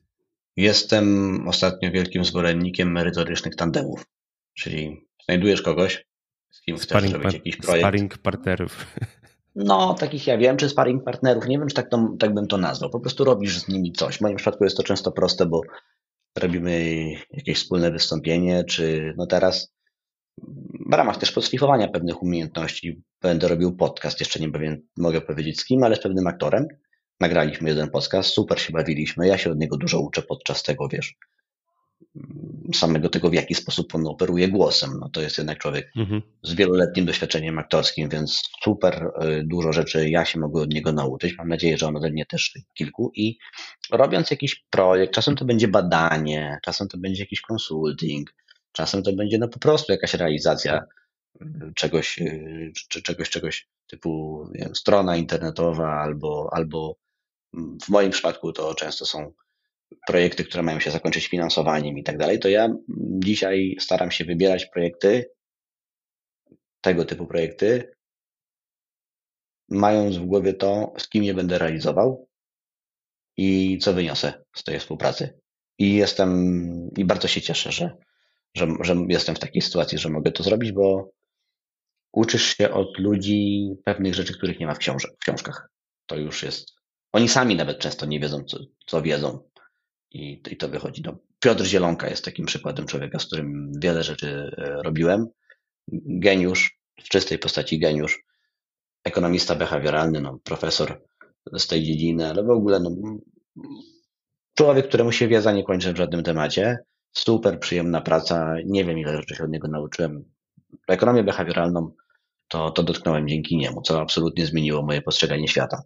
jestem ostatnio wielkim zwolennikiem merytorycznych tandemów, czyli znajdujesz kogoś, z kim chcesz Sparring, zrobić jakiś projekt. Sparring partnerów. No, takich ja wiem, czy sparring partnerów, nie wiem, czy tak, to, tak bym to nazwał. Po prostu robisz z nimi coś. W moim przypadku jest to często proste, bo robimy jakieś wspólne wystąpienie, czy no teraz w ramach też podszlifowania pewnych umiejętności będę robił podcast. Jeszcze nie pewien, mogę powiedzieć z kim, ale z pewnym aktorem. Nagraliśmy jeden podcast, super się bawiliśmy. Ja się od niego dużo uczę podczas tego, wiesz, samego tego, w jaki sposób on operuje głosem. No to jest jednak człowiek mhm. z wieloletnim doświadczeniem aktorskim, więc super dużo rzeczy ja się mogę od niego nauczyć. Mam nadzieję, że on ode mnie też kilku. I robiąc jakiś projekt, czasem to będzie badanie, czasem to będzie jakiś konsulting, czasem to będzie no po prostu jakaś realizacja czegoś, czy czegoś, czegoś typu nie wiem, strona internetowa albo, albo w moim przypadku to często są projekty, które mają się zakończyć finansowaniem i tak dalej, to ja dzisiaj staram się wybierać projekty, tego typu projekty, mając w głowie to, z kim je będę realizował i co wyniosę z tej współpracy. I jestem, i bardzo się cieszę, że, że, że jestem w takiej sytuacji, że mogę to zrobić, bo uczysz się od ludzi pewnych rzeczy, których nie ma w, książ- w książkach. To już jest, oni sami nawet często nie wiedzą, co, co wiedzą. I, I to wychodzi. No, Piotr Zielonka jest takim przykładem człowieka, z którym wiele rzeczy robiłem. Geniusz, w czystej postaci geniusz, ekonomista behawioralny, no, profesor z tej dziedziny, ale w ogóle no, człowiek, któremu się wiedza nie kończy w żadnym temacie. Super przyjemna praca. Nie wiem, ile rzeczy się od niego nauczyłem. Ekonomię behawioralną to, to dotknąłem dzięki niemu, co absolutnie zmieniło moje postrzeganie świata.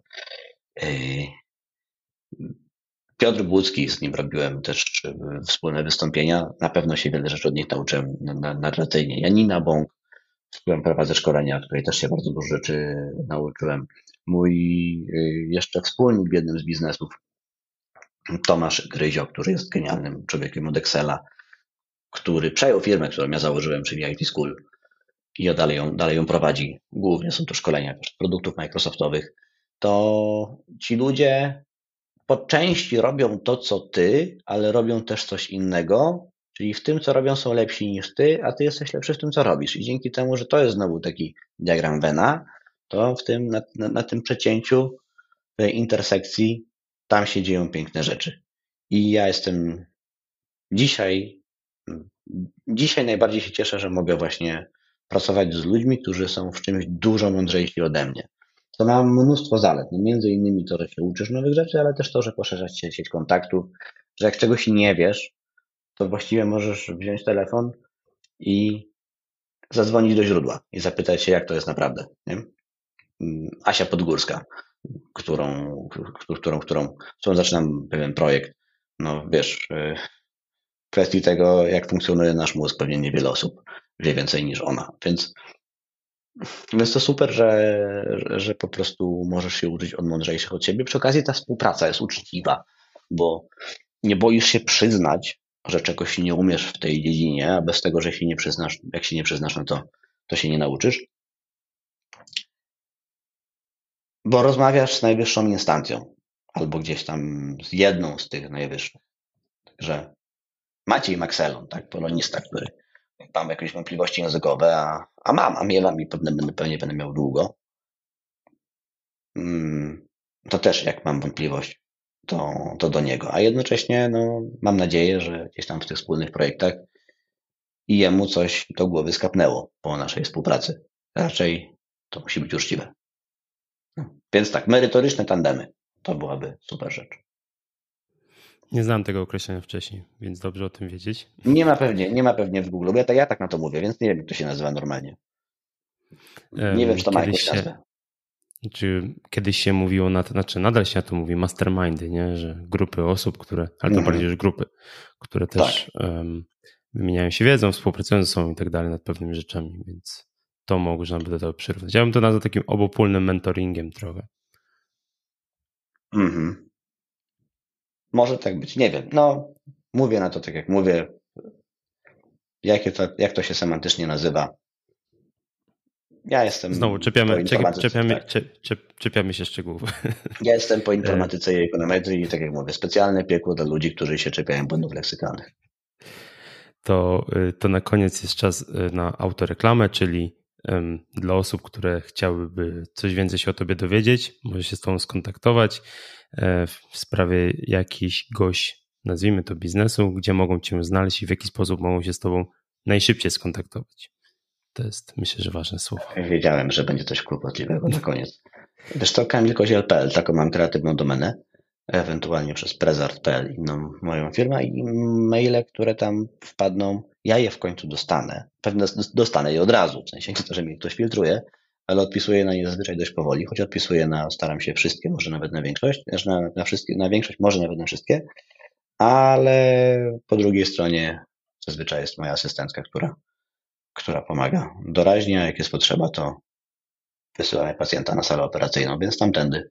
Piotr Błucki, z nim robiłem też wspólne wystąpienia. Na pewno się wiele rzeczy od nich nauczyłem narracyjnie. Janina Bąk, z którą prowadzę szkolenia, której też się bardzo dużo rzeczy nauczyłem. Mój jeszcze wspólnik w jednym z biznesów, Tomasz Gryzio, który jest genialnym człowiekiem od Excela, który przejął firmę, którą ja założyłem, czyli I T School i dalej ją, dalej ją prowadzi. Głównie są to szkolenia produktów Microsoftowych. To ci ludzie po części robią to, co ty, ale robią też coś innego, czyli w tym, co robią, są lepsi niż ty, a ty jesteś lepszy w tym, co robisz. I dzięki temu, że to jest znowu taki diagram Venna, to w tym, na, na, na tym przecięciu, tej intersekcji, tam się dzieją piękne rzeczy. I ja jestem dzisiaj, dzisiaj najbardziej się cieszę, że mogę właśnie pracować z ludźmi, którzy są w czymś dużo mądrzejsi ode mnie. To ma mnóstwo zalet. No między innymi to, że się uczysz nowych rzeczy, ale też to, że poszerzasz się sieć kontaktów, że jak czegoś nie wiesz, to właściwie możesz wziąć telefon i zadzwonić do źródła i zapytać się, jak to jest naprawdę. Nie? Asia Podgórska, którą, którą, którą, którą zaczynam pewien projekt. No wiesz, w kwestii tego, jak funkcjonuje nasz mózg, pewnie niewiele osób wie więcej niż ona. Więc Więc to super, że, że po prostu możesz się uczyć od mądrzejszych od siebie. Przy okazji ta współpraca jest uczciwa, bo nie boisz się przyznać, że czegoś nie umiesz w tej dziedzinie, a bez tego, że się nie przyznasz, jak się nie przyznasz, no to, to się nie nauczysz. Bo rozmawiasz z najwyższą instancją, albo gdzieś tam z jedną z tych najwyższych. Także Maciej Makselon, tak, polonista, który mam jakieś wątpliwości językowe, a, a mam, a miewam i pewnie będę, pewnie będę miał długo. Hmm, to też jak mam wątpliwość, to, to do niego. A jednocześnie no, mam nadzieję, że gdzieś tam w tych wspólnych projektach i jemu coś do głowy skapnęło po naszej współpracy. Raczej to musi być uczciwe. No. Więc tak, merytoryczne tandemy. To byłaby super rzecz. Nie znam tego określenia wcześniej, więc dobrze o tym wiedzieć. Nie ma pewnie, nie ma pewnie w Google, bo ja, tak- ja tak na to mówię, więc nie wiem, jak to się nazywa normalnie. Nie Um, wiem, czy to ma jakąś się, nazwę. Czy kiedyś się mówiło na to, znaczy nadal się na to mówi mastermindy, nie? Że grupy osób, które, ale to Mhm. bardziej już grupy, które też Tak. um, wymieniają się wiedzą, współpracują ze sobą i tak dalej nad pewnymi rzeczami, więc to można by do tego przyrównać. Ja bym to nazwał takim obopólnym mentoringiem trochę. Mhm. Może tak być, nie wiem. No, mówię na to tak, jak mówię. Jakie to, jak to się semantycznie nazywa? Ja jestem Znowu po czepiamy, informatyce. czepiamy, Tak. czep, czepiamy się szczegółów. Ja jestem po informatyce i ekonometrii i tak jak mówię, specjalne piekło dla ludzi, którzy się czepiają błędów leksykalnych. To, to na koniec jest czas na autoreklamę, czyli um, dla osób, które chciałyby coś więcej się o tobie dowiedzieć, może się z tobą skontaktować e, w sprawie jakichś gość, nazwijmy to biznesu, gdzie mogą cię znaleźć i w jaki sposób mogą się z tobą najszybciej skontaktować. To jest, myślę, że ważne słowo. Wiedziałem, że będzie coś kłopotliwego na koniec. Wiesz co, kamil koziel kropka p l, taką mam kreatywną domenę, ewentualnie przez prezart kropka p l, inną moją firmę i maile, które tam wpadną, ja je w końcu dostanę. Pewnie dostanę je od razu, w sensie nie to, że mi ktoś filtruje, ale odpisuję na nie zazwyczaj dość powoli, choć odpisuję na, staram się wszystkie, może nawet na większość, znaczy na, na, wszystkie, na większość, może nawet na wszystkie, ale po drugiej stronie zazwyczaj jest moja asystentka, która, która pomaga doraźnie, a jak jest potrzeba, to wysyłamy pacjenta na salę operacyjną, więc tamtędy.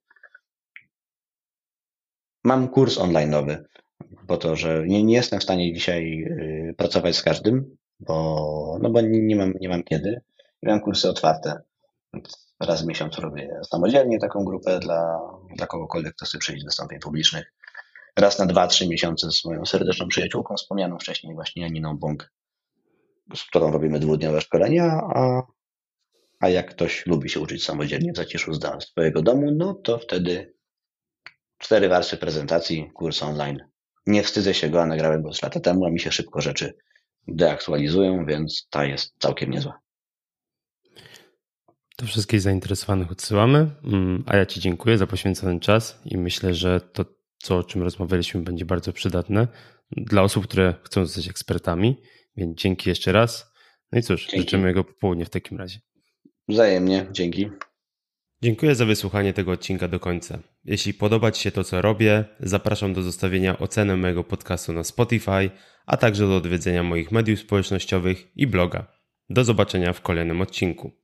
Mam kurs online'owy, po to, że nie, nie jestem w stanie dzisiaj y, pracować z każdym, bo, no bo nie, nie, mam, nie mam kiedy. Mam kursy otwarte. Raz w miesiącu robię samodzielnie taką grupę dla, dla kogokolwiek, kto chce przyjść do wystąpień publicznych. Raz na dwa, trzy miesiące z moją serdeczną przyjaciółką, wspomnianą wcześniej właśnie Janiną Bąk, z którą robimy dwudniowe szkolenia, a, a jak ktoś lubi się uczyć samodzielnie w zaciszu swojego domu, no to wtedy cztery warstwy prezentacji, kurs online. Nie wstydzę się go, a nagrałem go już lata temu, a mi się szybko rzeczy deaktualizują, więc ta jest całkiem niezła. To wszystkich zainteresowanych odsyłamy, a ja ci dziękuję za poświęcony czas i myślę, że to, co, o czym rozmawialiśmy, będzie bardzo przydatne dla osób, które chcą zostać ekspertami, więc dzięki jeszcze raz. No i cóż, dzięki. Życzymy jego popołudnia w takim razie. Wzajemnie, dzięki. Dziękuję za wysłuchanie tego odcinka do końca. Jeśli podoba Ci się to, co robię, zapraszam do zostawienia oceny mojego podcastu na Spotify, a także do odwiedzenia moich mediów społecznościowych i bloga. Do zobaczenia w kolejnym odcinku.